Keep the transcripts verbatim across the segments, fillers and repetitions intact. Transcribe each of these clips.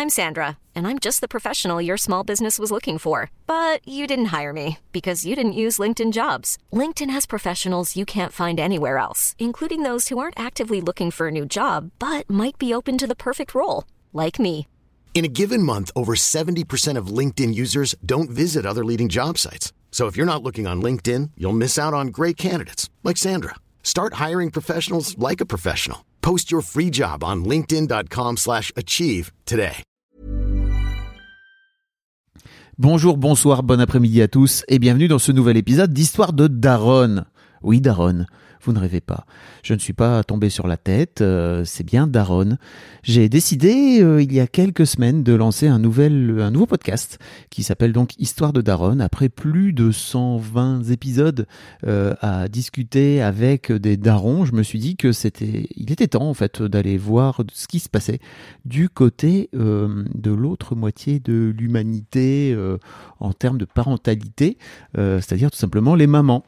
I'm Sandra, and I'm just the professional your small business was looking for. But you didn't hire me because you didn't use LinkedIn Jobs. LinkedIn has professionals you can't find anywhere else, including those who aren't actively looking for a new job, but might be open to the perfect role, like me. In a given month, over seventy percent of LinkedIn users don't visit other leading job sites. So if you're not looking on LinkedIn, you'll miss out on great candidates like Sandra. Start hiring professionals like a professional. Post your free job on linkedin dot com slash achieve today. Bonjour, bonsoir, bon après-midi à tous et bienvenue dans ce nouvel épisode d'Histoire de Daronne. Oui, Daronne. Vous ne rêvez pas. Je ne suis pas tombé sur la tête, euh, c'est bien Daronne. J'ai décidé, euh, il y a quelques semaines, de lancer un, nouvel, un nouveau podcast qui s'appelle donc Histoire de Daronne. Après plus de cent vingt épisodes euh, à discuter avec des darons, je me suis dit que c'était, il était temps en fait d'aller voir ce qui se passait du côté euh, de l'autre moitié de l'humanité euh, en termes de parentalité, euh, c'est-à-dire tout simplement les mamans.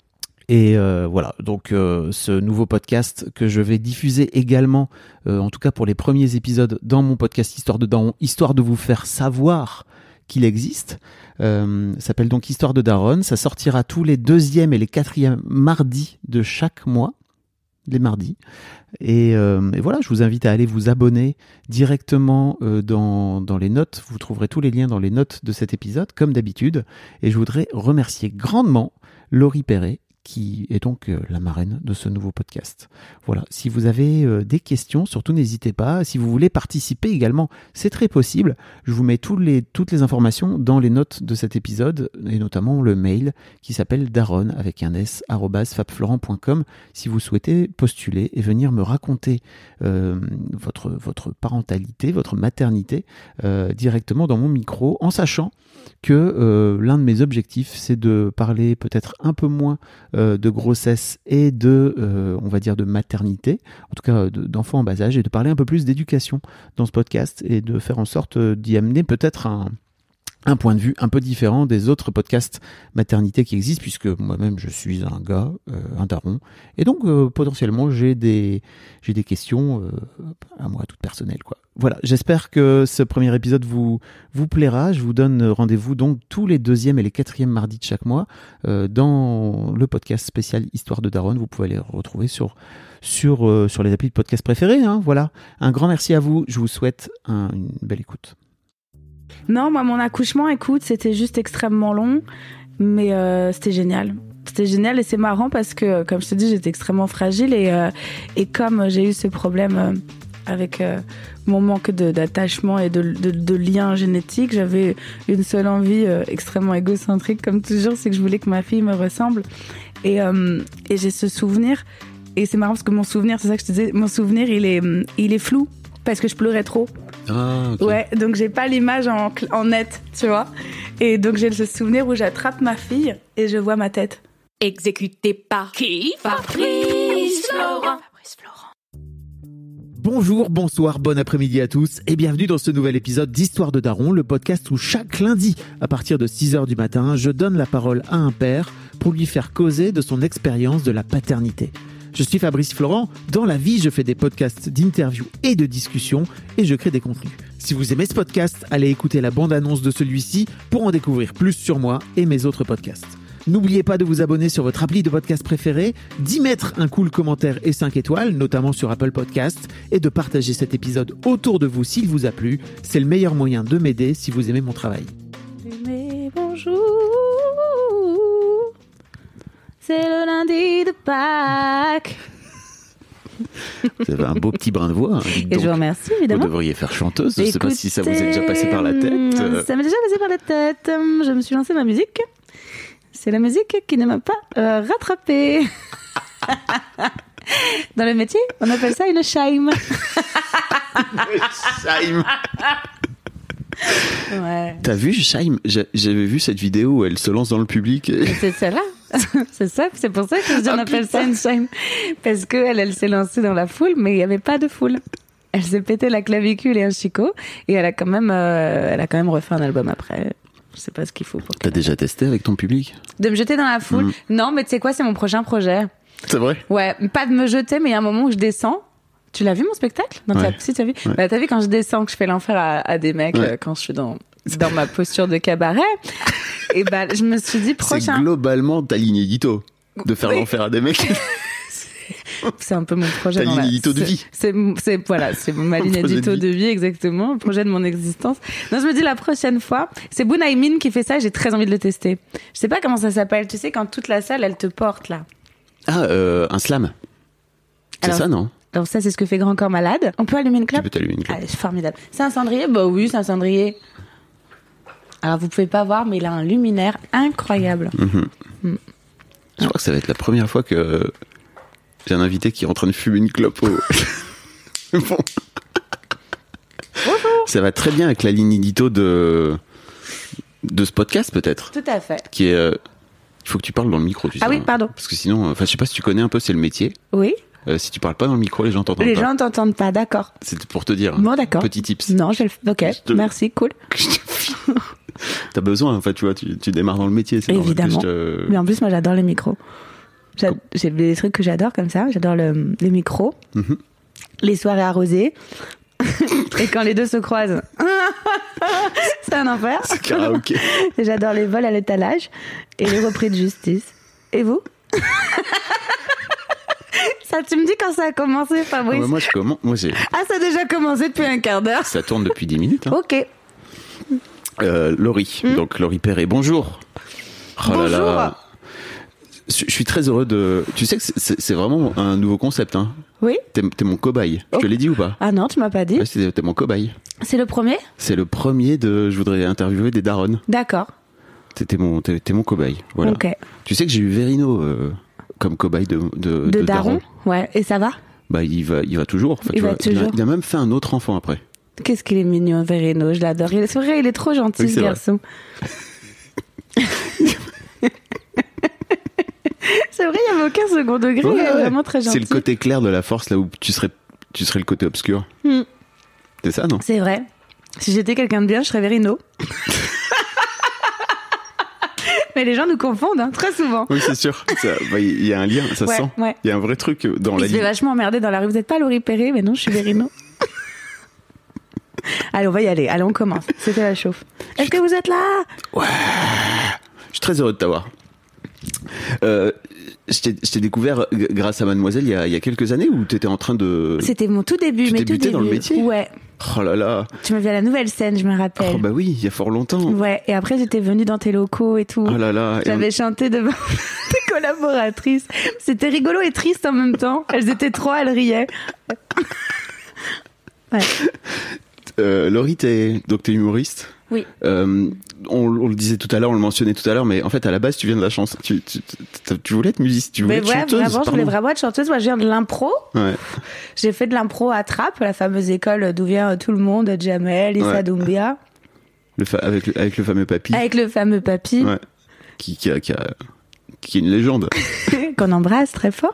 Et euh, voilà, donc euh, ce nouveau podcast que je vais diffuser également, euh, en tout cas pour les premiers épisodes, dans mon podcast Histoire de Daron, histoire de vous faire savoir qu'il existe, euh, s'appelle donc Histoire de Daronne. Ça sortira tous les deuxièmes et les quatrièmes mardis de chaque mois, les mardis. Et, euh, et voilà, je vous invite à aller vous abonner directement euh, dans, dans les notes. Vous trouverez tous les liens dans les notes de cet épisode, comme d'habitude. Et je voudrais remercier grandement Laurie Perret, qui est donc euh, la marraine de ce nouveau podcast. Voilà, si vous avez euh, des questions, surtout n'hésitez pas. Si vous voulez participer également, c'est très possible. Je vous mets tous les, toutes les informations dans les notes de cet épisode, et notamment le mail qui s'appelle daronne avec un s, arobase fabflorent point com, si vous souhaitez postuler et venir me raconter euh, votre, votre parentalité, votre maternité euh, directement dans mon micro, en sachant que euh, l'un de mes objectifs, c'est de parler peut-être un peu moins euh, de grossesse et de, euh, on va dire, de maternité, en tout cas de, d'enfants en bas âge, et de parler un peu plus d'éducation dans ce podcast et de faire en sorte d'y amener peut-être un... un point de vue un peu différent des autres podcasts maternité qui existent, puisque moi-même je suis un gars, euh, un daron, et donc euh, potentiellement j'ai des, j'ai des questions euh, à moi toutes personnelles, quoi. Voilà, j'espère que ce premier épisode vous, vous plaira. Je vous donne rendez-vous donc tous les deuxièmes et les quatrièmes mardis de chaque mois euh, dans le podcast spécial Histoire de Daronne. Vous pouvez les retrouver sur, sur, euh, sur les applis de podcast préférés, hein, voilà. Un grand merci à vous, je vous souhaite un, une belle écoute. Non, moi, mon accouchement, écoute, c'était juste extrêmement long, mais euh, c'était génial. C'était génial et c'est marrant parce que, comme je te dis, j'étais extrêmement fragile et, euh, et comme j'ai eu ce problème euh, avec euh, mon manque de, d'attachement et de, de, de lien génétique, j'avais une seule envie euh, extrêmement égocentrique, comme toujours, c'est que je voulais que ma fille me ressemble. Et, euh, et j'ai ce souvenir, et c'est marrant parce que mon souvenir, c'est ça que je te disais, mon souvenir, il est, il est flou parce que je pleurais trop. Ah, okay. Ouais, donc j'ai pas l'image en, en net, tu vois. Et donc j'ai ce souvenir où j'attrape ma fille et je vois ma tête. Exécuté par qui? Fabrice Florent. Fabrice Florent. Bonjour, bonsoir, bon après-midi à tous et bienvenue dans ce nouvel épisode d'Histoire de Daron, le podcast où chaque lundi, à partir de six heures du matin, je donne la parole à un père pour lui faire causer de son expérience de la paternité. Je suis Fabrice Florent, dans la vie je fais des podcasts d'interviews et de discussions et je crée des contenus. Si vous aimez ce podcast, allez écouter la bande-annonce de celui-ci pour en découvrir plus sur moi et mes autres podcasts. N'oubliez pas de vous abonner sur votre appli de podcast préféré, d'y mettre un cool commentaire et cinq étoiles, notamment sur Apple Podcasts, et de partager cet épisode autour de vous s'il vous a plu. C'est le meilleur moyen de m'aider si vous aimez mon travail. Mais bonjour, c'est le lundi de Pâques. Vous avez un beau petit brin de voix. Hein, et je vous remercie, évidemment. Vous devriez faire chanteuse. Je ne sais pas si ça vous est déjà passé par la tête. Ça m'est déjà passé par la tête. Je me suis lancée dans la musique. C'est la musique qui ne m'a pas euh, rattrapée. Dans le métier, on appelle ça une chime. Une chime. Ouais. T'as vu Shaim? J'avais vu cette vidéo où elle se lance dans le public. Et... C'est celle-là. C'est ça, c'est pour ça que j'en ah, appelle putain. ça une Shaim. Parce qu'elle, elle s'est lancée dans la foule, mais il n'y avait pas de foule. Elle s'est pété la clavicule et un chicot, et elle a quand même, euh, elle a quand même refait un album après. Je sais pas ce qu'il faut pour. T'as déjà testé avec ton public? De me jeter dans la foule? Mmh. Non, mais tu sais quoi, c'est mon prochain projet. C'est vrai? Ouais, pas de me jeter, mais il y a un moment où je descends. Tu l'as vu mon spectacle? Non, Ouais. t'as, si, t'as vu? Ouais. Bah, t'as vu quand je descends, que je fais l'enfer à, à des mecs, Ouais. euh, quand je suis dans, dans ma posture de cabaret. Et bah, je me suis dit, C'est prochain. globalement ta ligne édito. De faire Oui. l'enfer à des mecs. C'est un peu mon projet. Ta dans ligne la- édito de c'est- vie. C'est, c'est, voilà, c'est ma Mon ligne projet de édito vie. de vie, exactement. Le projet de mon existence. Non, je me dis la prochaine fois, c'est Bunaimin qui fait ça, j'ai très envie de le tester. Je sais pas comment ça s'appelle. Tu sais, quand toute la salle, elle te porte, là. Ah, euh, un slam. C'est Alors, ça, non? Donc ça, c'est ce que fait Grand Corps Malade. On peut allumer une Tu clope? peux t'allumer une clope. Ah, c'est formidable. C'est un cendrier? Bah oui, c'est un cendrier. Alors, vous pouvez pas voir, mais il a un luminaire incroyable. Je crois que ça va être la première fois que j'ai un invité qui est en train de fumer une clope au... Bon. Ça va très bien avec la ligne édito de, de ce podcast, peut-être. Tout à fait. Qui est... euh, Il faut que tu parles dans le micro, tu sais. Ah oui, hein. pardon. Parce que sinon, enfin, je sais pas si tu connais un peu, c'est le métier. Oui. Euh, si tu parles pas dans le micro, les gens t'entendent Les pas. gens t'entendent pas, d'accord. C'est pour te dire. Bon, d'accord. Petit tips. Non, je le fais. Ok, Je te- merci, cool. T'as besoin, enfin, tu vois, tu, tu démarres dans le métier. C'est normal que Évidemment. je te- Mais en plus, moi, j'adore les micros. J'a- J'ai des trucs que j'adore comme ça. J'adore le, les micros, Mhm. les soirées arrosées. Et quand les deux se croisent, c'est un enfer. C'est karaoké. Et j'adore les vols à l'étalage et les repris de justice. Et vous? Ça, tu me dis quand ça a commencé, Ah, Fabrice? ouais, moi, je commence. Moi, j'ai... Ah, ça a déjà commencé depuis un quart d'heure. Ça tourne depuis dix minutes. Hein. Ok. Euh, Laurie, donc Laurie Perret, bonjour. Oh là Bonjour. là. Je je suis très heureux de. Tu sais que c'est- c'est c'est vraiment un nouveau concept. Hein. Oui? T'es t'es mon cobaye. Je te Oh. l'ai dit ou pas? Ah non, tu m'as pas dit. Ouais, c'est- T'es mon cobaye. C'est le premier? C'est le premier de. Je voudrais interviewer des darons. D'accord. T'es t'es mon, t'es t'es mon cobaye. Voilà. Ok. Tu sais que j'ai eu Verino euh, comme cobaye de, de, De daron? Ouais. Et ça va? Bah, il va, il va toujours. Enfin, Il tu va vois, il, a, toujours. il a même fait un autre enfant après. Qu'est-ce qu'il est mignon, Verino. Je l'adore. Il est- C'est vrai, il est trop gentil, Oui, ce c'est vrai. garçon. C'est vrai, il n'y avait aucun second degré. Ouais, il est ouais. vraiment très gentil. C'est le côté clair de la force là où tu serais, tu serais le côté obscur. Hmm. C'est ça, non? C'est vrai. Si j'étais quelqu'un de bien, je serais Verino. Mais les gens nous confondent, hein, très souvent. Oui, c'est sûr. Ça- bah, Il y a un lien, ça Ouais, sent. ouais. Il y a un vrai truc dans Il la se fait ligne. vachement emmerder dans la rue. Vous n'êtes pas Laurie Perret? Mais non, je suis Verino. Allez, on va y aller. Allez, on commence. C'était la chauffe. Est-ce que vous êtes là? Je suis très heureux de t'avoir. Euh, je t'ai je t'ai découvert g- grâce à Mademoiselle il y a, il y a quelques années où tu étais en train de... C'était mon tout début. Tu mes tout débutais débuts. dans le métier? Ouais. Oh là là. Tu m'as vu à la nouvelle scène, je me rappelle. Oh bah oui, il y a fort longtemps. Ouais. Et après, j'étais venue dans tes locaux et tout. Oh là là. Et J'avais on- chanté devant tes collaboratrices. C'était rigolo et triste en même temps. Elles étaient trois, elles riaient. Ouais. Euh, Laurie, t'es donc t'es humoriste. Oui. Euh, on, on le disait tout à l'heure, on le mentionnait tout à l'heure, mais en fait à la base tu viens de la chanson. Tu, tu, tu, tu voulais être musicienne, tu voulais Mais être ouais, chanteuse. vraiment, je voulais pardon. vraiment être chanteuse. Moi, je viens de l'impro. Ouais. J'ai fait de l'impro à Trappes, la fameuse école d'où vient tout le monde, Jamel, Issa Ouais. Doumbia, Le fa- avec, le, avec le fameux papy. avec le fameux papy Ouais. Qui, qui, a, qui, a- qui est une légende. qu'on embrasse très fort.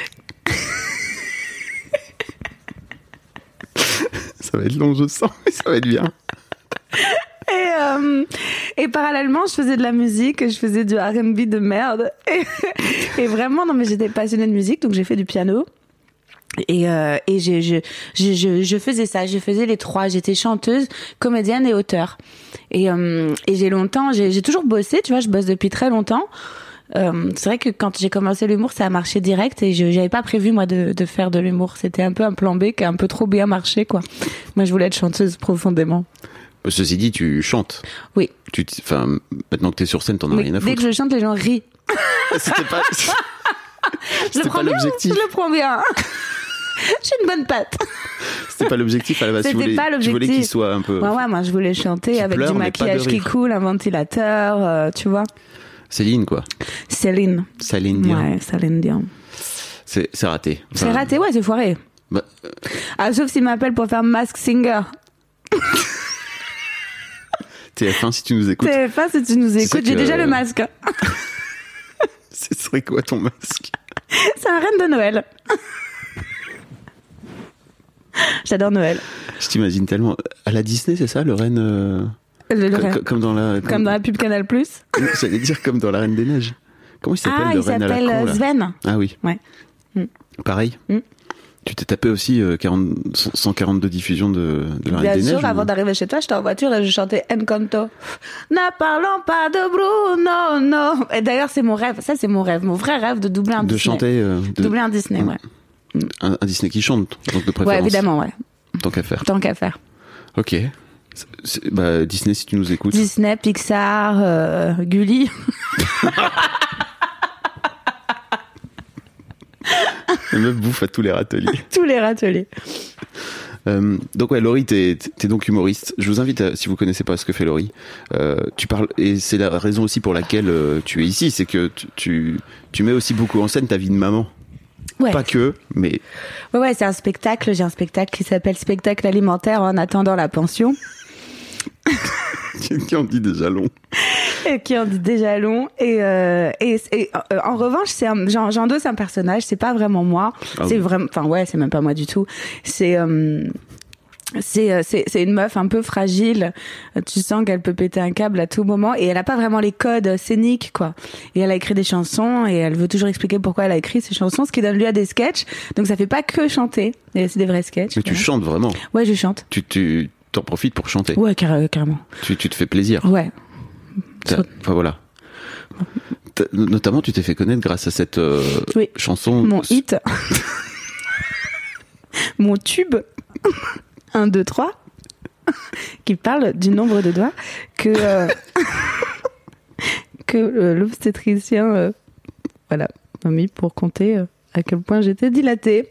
Ça va être long, je sens, mais ça va être bien. Et, euh, et parallèlement, je faisais de la musique, je faisais du R and B de merde. Et, et vraiment, non, mais j'étais passionnée de musique, donc j'ai fait du piano. Et, euh, et je, je, je, je, je faisais ça, je faisais les trois. J'étais chanteuse, comédienne et auteure. Et, euh, et j'ai longtemps, j'ai, j'ai toujours bossé, tu vois, je bosse depuis très longtemps. Euh, c'est vrai que quand j'ai commencé l'humour, ça a marché direct et je j'avais pas prévu moi de, de faire de l'humour. C'était un peu un plan B qui a un peu trop bien marché, quoi. Moi, je voulais être chanteuse profondément. Ceci dit, tu chantes. Oui. Tu, t- enfin, maintenant que t'es sur scène, t'en as Mais rien à dès foutre. que je chante, les gens rient. C'était pas, Je le c'était prends pas bien, l'objectif. je le prends bien. Je suis une bonne patte. C'était pas l'objectif à la base. Tu C'était voulais, pas tu l'objectif. voulais qu'il soit un peu. Ouais, ouais, moi je voulais chanter Qui avec pleure, du mais pas de maquillage qui rire. coule, un ventilateur, euh, tu vois. Céline, quoi. Céline. Céline Dion. Ouais, Céline Dion. C'est, c'est raté. C'est Enfin, raté, ouais, c'est foiré. bah, euh, Ah, sauf s'il m'appelle pour faire Mask Singer. T F un, si tu nous écoutes. T F un, si tu nous C'est ça écoutes, j'ai que- déjà le masque. Ce serait quoi ton masque? C'est un reine de Noël. J'adore Noël. Je t'imagine tellement. À la Disney, c'est ça, le reine. euh, Le, le comme, reine. comme- comme dans la. Comme dans la pub Canal Plus. Non, j'allais dire comme dans la Reine des Neiges. Comment il s'appelle Ah, le il reine à la s'appelle con, euh, là Sven. Ah oui. Ouais. Pareil. Mm. Tu t'es tapé aussi euh, quarante, cent quarante-deux diffusions de, de la Reine des Neiges. Bien sûr, avant ou... d'arriver chez toi, j'étais en voiture et je chantais Encanto. Ne parlons pas de Bruno, non. Et d'ailleurs, c'est mon rêve. Ça, c'est mon rêve. Mon vrai rêve de doubler un de Disney. Chanter, euh, de Doubler un Disney, ouais. Un, un Disney qui chante, donc de préférence. Ouais, évidemment, ouais. Tant qu'à faire. Tant qu'à faire. Ok. C'est, c'est, bah, Disney, si tu nous écoutes. Disney, Pixar, euh, Gulli. La meuf bouffe à tous les râteliers. Tous les râteliers. Euh, donc ouais, Laurie, t'es, t'es donc humoriste. Je vous invite, à, si vous connaissez pas ce que fait Laurie, euh, tu parles, et c'est la raison aussi pour laquelle euh, tu es ici, c'est que tu, tu, tu mets aussi beaucoup en scène ta vie de maman. Ouais. Pas que, mais... Ouais, ouais, c'est un spectacle. J'ai un spectacle qui s'appelle Spectacle alimentaire en attendant la pension. Qui en dit déjà long. Et qui en dit déjà long. Et, euh, et, et euh, en revanche, c'est un, j'en, j'endosse un personnage. C'est pas vraiment moi. Ah c'est oui. vraiment, enfin ouais, c'est même pas moi du tout. C'est euh, c'est c'est c'est une meuf un peu fragile. Tu sens qu'elle peut péter un câble à tout moment et elle a pas vraiment les codes scéniques, quoi. Et elle a écrit des chansons et elle veut toujours expliquer pourquoi elle a écrit ces chansons, ce qui donne lieu à des sketchs. Donc ça fait pas que chanter. Et c'est des vrais sketchs. Mais tu voilà. chantes vraiment. Ouais, je chante. Tu, tu t'en profites pour chanter. Ouais, car- carrément. Tu, tu te fais plaisir. Ouais. T'as- Enfin voilà. T'as- Notamment, tu t'es fait connaître grâce à cette euh, Oui. chanson. Mon hit. Mon tube. un, deux, trois. Qui parle du nombre de doigts que, euh, que euh, l'obstétricien euh, voilà, m'a mis pour compter euh, à quel point j'étais dilatée.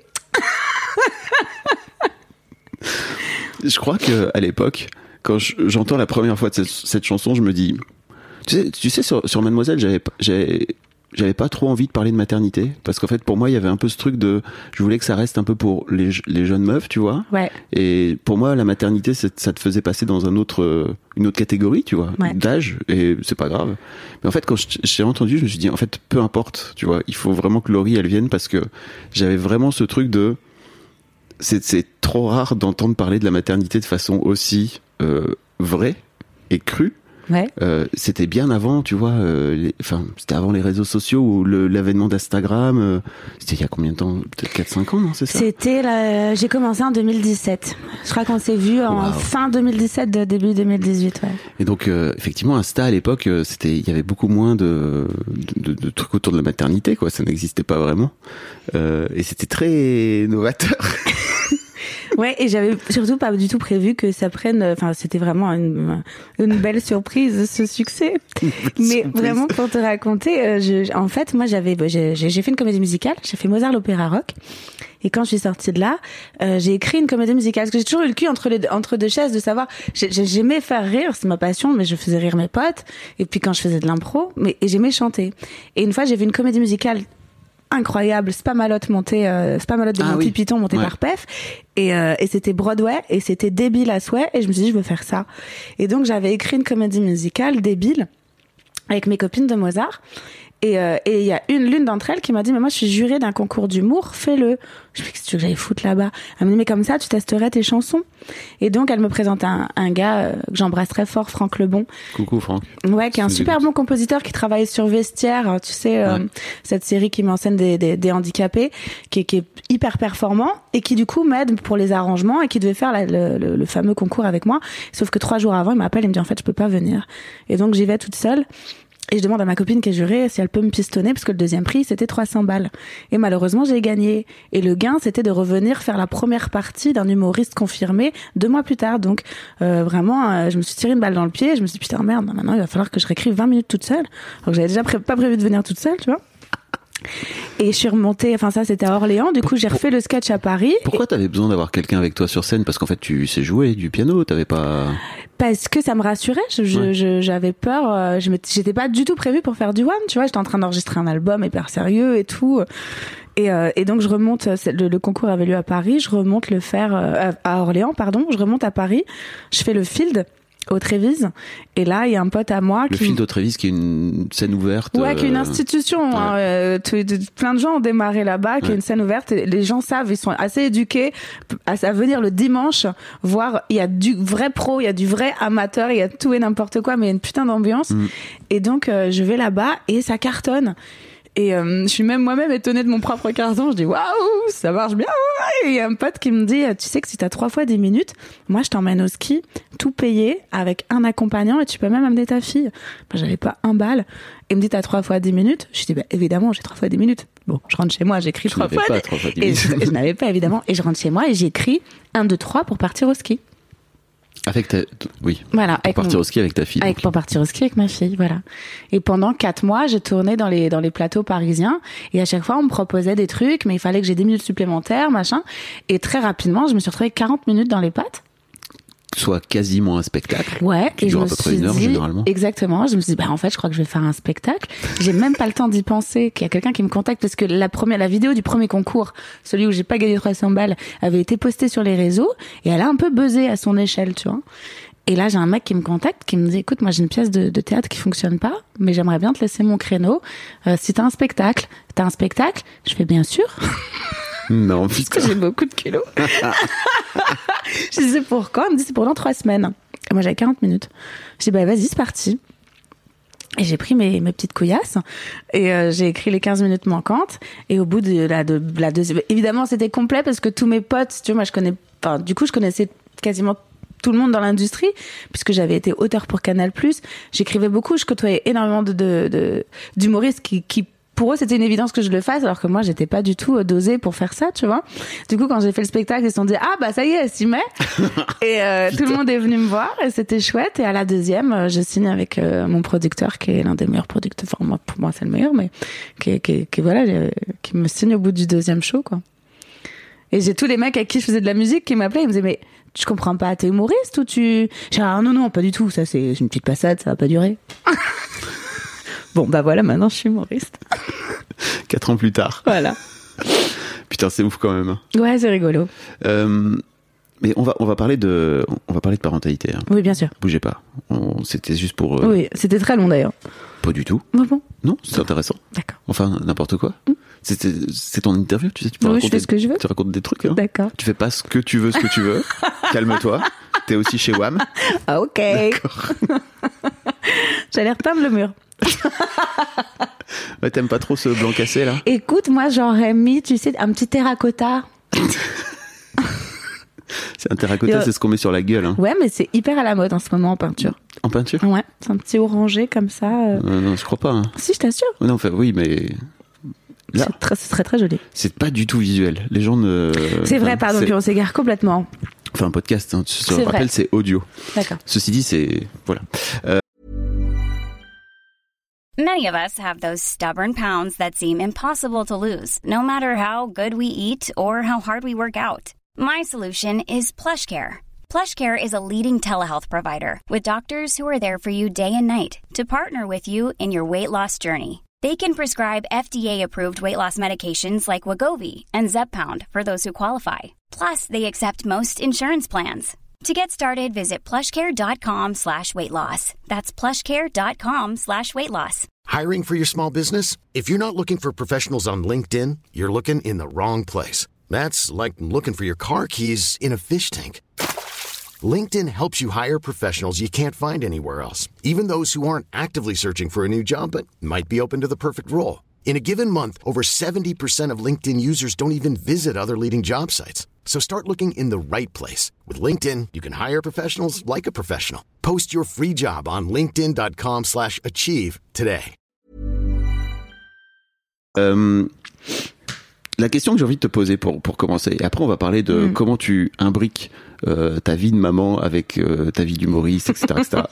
Je crois que à l'époque, quand je- j'entends la première fois de cette, cette chanson, je me dis, tu sais, tu sais sur, sur Mademoiselle, j'avais, pas- j'avais, j'avais pas trop envie de parler de maternité parce qu'en fait, pour moi, il y avait un peu ce truc de, je voulais que ça reste un peu pour les, les jeunes meufs, tu vois. Ouais. Et pour moi, la maternité, c'est- ça te faisait passer dans un autre, euh, une autre catégorie, tu vois, Ouais. d'âge, et c'est pas grave. Mais en fait, quand je- j'ai entendu, je me suis dit, en fait, peu importe, tu vois, il faut vraiment que Laurie, elle vienne parce que j'avais vraiment ce truc de, c'est, c'est trop rare d'entendre parler de la maternité de façon aussi euh, vraie et crue. Ouais. Euh, c'était bien avant, tu vois, euh, les, enfin, c'était avant les réseaux sociaux ou le, l'avènement d'Instagram. Euh, c'était il y a combien de temps? Peut-être quatre cinq ans, non? C'est ça? C'était la... J'ai commencé en deux mille dix-sept. Je crois qu'on s'est vu en Wow. fin deux mille dix-sept, de début deux mille dix-huit. Ouais. Et donc, euh, effectivement, Insta à l'époque, euh, c'était, il y avait beaucoup moins de, de, de, de trucs autour de la maternité, quoi. Ça n'existait pas vraiment. Euh, et c'était très novateur. Ouais, et j'avais surtout pas du tout prévu que ça prenne. Enfin, c'était vraiment une, une belle surprise, ce succès. Mais surprise. vraiment, pour te raconter, euh, je, en fait, moi, j'avais, j'ai, j'ai fait une comédie musicale. J'ai fait Mozart l'opéra rock. Et quand je suis sortie de là, euh, j'ai écrit une comédie musicale. Parce que j'ai toujours eu le cul entre les deux, entre deux chaises de savoir. j'ai- J'aimais faire rire, c'est ma passion, mais je faisais rire mes potes. Et puis quand je faisais de l'impro, mais et j'aimais chanter. Et une fois, j'ai vu une comédie musicale incroyable, Spamalot monté, euh, Spamalot de Ah Monty oui. Python monté Ouais. par Pef, et, euh, et c'était Broadway, et c'était débile à souhait, et je me suis dit, je veux faire ça. Et donc, j'avais écrit une comédie musicale débile avec mes copines de Mozart. Et euh, et il y a une l'une d'entre elles qui m'a dit, mais moi je suis jurée d'un concours d'humour, fais-le. Je me dis, qu'est-ce que tu veux que j'aille foutre là-bas? Elle me dit, mais comme ça tu testerais tes chansons. Et donc elle me présente un, un gars euh, que j'embrasse très fort, Franck Lebon, Coucou, Franck. ouais, qui est un Je super l'écoute. bon compositeur qui travaille sur Vestiaire, hein, tu sais, euh, Ouais. cette série qui met en scène des, des, des handicapés, qui est, qui est hyper performant et qui du coup m'aide pour les arrangements et qui devait faire la- le, le, le fameux concours avec moi. Sauf que trois jours avant, il m'appelle et me dit en fait je peux pas venir. Et donc j'y vais toute seule. Et je demande à ma copine qui est jurée si elle peut me pistonner parce que le deuxième prix c'était trois cents balles. Et malheureusement j'ai gagné. Et le gain c'était de revenir faire la première partie d'un humoriste confirmé deux mois plus tard. Donc euh, vraiment euh, je me suis tiré une balle dans le pied. Et je me suis dit putain merde, maintenant il va falloir que je réécrive vingt minutes toute seule. Alors que j'avais déjà pré- pas prévu de venir toute seule, tu vois. Et je suis remontée, enfin ça c'était à Orléans, du coup j'ai refait le sketch à Paris. Pourquoi t'avais besoin d'avoir quelqu'un avec toi sur scène? Parce qu'en fait, tu sais jouer du piano, t'avais pas... Parce que ça me rassurait, je, je, Ouais. je- j'avais peur, euh, je m'étais- j'étais pas du tout prévue pour faire du one, tu vois, j'étais en train d'enregistrer un album hyper sérieux et tout. Et, euh, et donc je remonte, c'est- le, le concours avait lieu à Paris, je remonte le faire euh, à Orléans, pardon, je remonte à Paris, je fais le field au Trévise, et là il y a un pote à moi Le qui... Field Trévise, qui est une scène ouverte. Ouais, qui est une euh, institution. Hein, euh, tout- tout- plein de gens ont démarré là-bas, qui Ouais. est une scène ouverte. Et les gens savent, ils sont assez éduqués à, à venir le dimanche voir. Il y a du vrai pro, il y a du vrai amateur, il y a tout et n'importe quoi, mais il y a une putain d'ambiance. Mm. Et donc, euh, je vais là-bas et ça cartonne. Et euh, je suis même moi-même étonnée de mon propre carton. Je dis waouh, ça marche bien. Et il y a un pote qui me dit, tu sais que si t'as trois fois dix minutes, moi je t'emmène au ski, tout payé, avec un accompagnant, et tu peux même amener ta fille. Moi, j'avais pas un bal. Et il me dit, t'as trois fois dix minutes. Je dis, bah, évidemment, j'ai trois fois dix minutes. Bon, je rentre chez moi, j'écris trois fois. Pas trois fois dix et minutes. je, je n'avais pas, évidemment. Et je rentre chez moi et j'écris un, deux, trois pour partir au ski. Avec ta, oui. Voilà. Pour partir mon... au ski avec ta fille. Avec, pour partir au ski avec ma fille, voilà. Et pendant quatre mois, j'ai tourné dans les, dans les plateaux parisiens. Et à chaque fois, on me proposait des trucs, mais il fallait que j'ai dix minutes supplémentaires, machin. Et très rapidement, je me suis retrouvée quarante minutes dans les pattes. Soit quasiment un spectacle. Ouais. Qui et dure je à peu me près suis une heure, dit, généralement. Exactement. Je me suis dit, bah, en fait, je crois que je vais faire un spectacle. J'ai même pas le temps d'y penser qu'il y a quelqu'un qui me contacte parce que la première, la vidéo du premier concours, celui où j'ai pas gagné trois cents balles, avait été postée sur les réseaux et elle a un peu buzzé à son échelle, tu vois. Et là, j'ai un mec qui me contacte, qui me dit, écoute, moi, j'ai une pièce de, de théâtre qui fonctionne pas, mais j'aimerais bien te laisser mon créneau. Euh, si t'as un spectacle, t'as un spectacle? Je fais bien sûr. Non, parce que j'ai beaucoup de kilos. Je dis, c'est pour quand? Il me dit, c'est pour dans trois semaines. Et moi, j'avais quarante minutes. Je dis, bah, vas-y, c'est parti. Et j'ai pris mes, mes petites couillasses et euh, j'ai écrit les quinze minutes manquantes. Et au bout de la, de, la deuxième, évidemment, c'était complet parce que tous mes potes, tu vois, moi, je connais, enfin, du coup, je connaissais quasiment tout le monde dans l'industrie, puisque j'avais été auteur pour Canal+. J'écrivais beaucoup, je côtoyais énormément de, de, de, d'humoristes qui, qui, pour eux, c'était une évidence que je le fasse, alors que moi, j'étais pas du tout dosée pour faire ça, tu vois. Du coup, quand j'ai fait le spectacle, ils se sont dit, ah, bah, ça y est, elle s'y met. Et euh, tout le monde est venu me voir, et c'était chouette. Et à la deuxième, je signe avec euh, mon producteur, qui est l'un des meilleurs producteurs, enfin, moi, pour moi, c'est le meilleur, mais qui, qui, qui voilà, qui me signe au bout du deuxième show, quoi. Et j'ai tous les mecs avec qui je faisais de la musique qui m'appelaient, ils me disaient, mais tu comprends pas, t'es humoriste ou tu... J'ai dit, ah non, non, pas du tout, ça c'est une petite passade, ça va pas durer. Bon, bah voilà, maintenant je suis humoriste. Quatre ans plus tard. Voilà. Putain, c'est ouf quand même. Ouais, c'est rigolo. Euh, mais on va, on va parler de, on va parler de parentalité. Hein. Oui, bien sûr. Bougez pas. On, c'était juste pour... Euh... Oui, c'était très long d'ailleurs. Pas du tout. Ah bon? Non, c'est intéressant. D'accord. Enfin, n'importe quoi. Mm. C'est, c'est ton interview, tu sais, tu peux oui, raconter. Je fais ce que je veux. Tu racontes des trucs, hein. D'accord. Tu fais pas ce que tu veux, ce que tu veux. Calme-toi. T'es aussi chez W A M. Ah, ok. D'accord. J'allais repeindre le mur. Ouais, t'aimes pas trop ce blanc cassé, là? Écoute, moi, j'aurais mis, tu sais, un petit terracotta. C'est un terracotta, c'est ce qu'on met sur la gueule, hein. Ouais, mais c'est hyper à la mode en ce moment en peinture. En peinture? Ouais, c'est un petit orangé comme ça. Euh... Euh, non, je crois pas. Hein. Si, je t'assure. Non, enfin, oui, mais... Là, c'est très, c'est très très joli. C'est pas du tout visuel. Les gens ne. C'est vrai, pardon, c'est... puis on s'égare complètement. Enfin, un podcast, hein, tu te c'est rappelles, vrai. c'est audio. D'accord. Ceci dit, c'est. Voilà. Euh... Many of us have those stubborn pounds that seem impossible to lose, no matter how good we eat or how hard we work out. My solution is PlushCare. PlushCare is a leading telehealth provider with doctors who are there for you day and night to partner with you in your weight loss journey. They can prescribe F D A-approved weight loss medications like Wegovy and Zepbound for those who qualify. Plus, they accept most insurance plans. To get started, visit plushcare.com slash weight loss. That's plushcare.com slash weight loss. Hiring for your small business? If you're not looking for professionals on LinkedIn, you're looking in the wrong place. That's like looking for your car keys in a fish tank. LinkedIn helps you hire professionals you can't find anywhere else, even those who aren't actively searching for a new job but might be open to the perfect role. In a given month, over seventy percent of LinkedIn users don't even visit other leading job sites. So start looking in the right place. With LinkedIn, you can hire professionals like a professional. Post your free job on linkedin.com slash achieve today. Euh, la question que j'ai envie de te poser pour, pour commencer, et après on va parler de mmh. comment tu imbriques euh, ta vie de maman avec euh, ta vie d'humoriste, et cetera et cetera.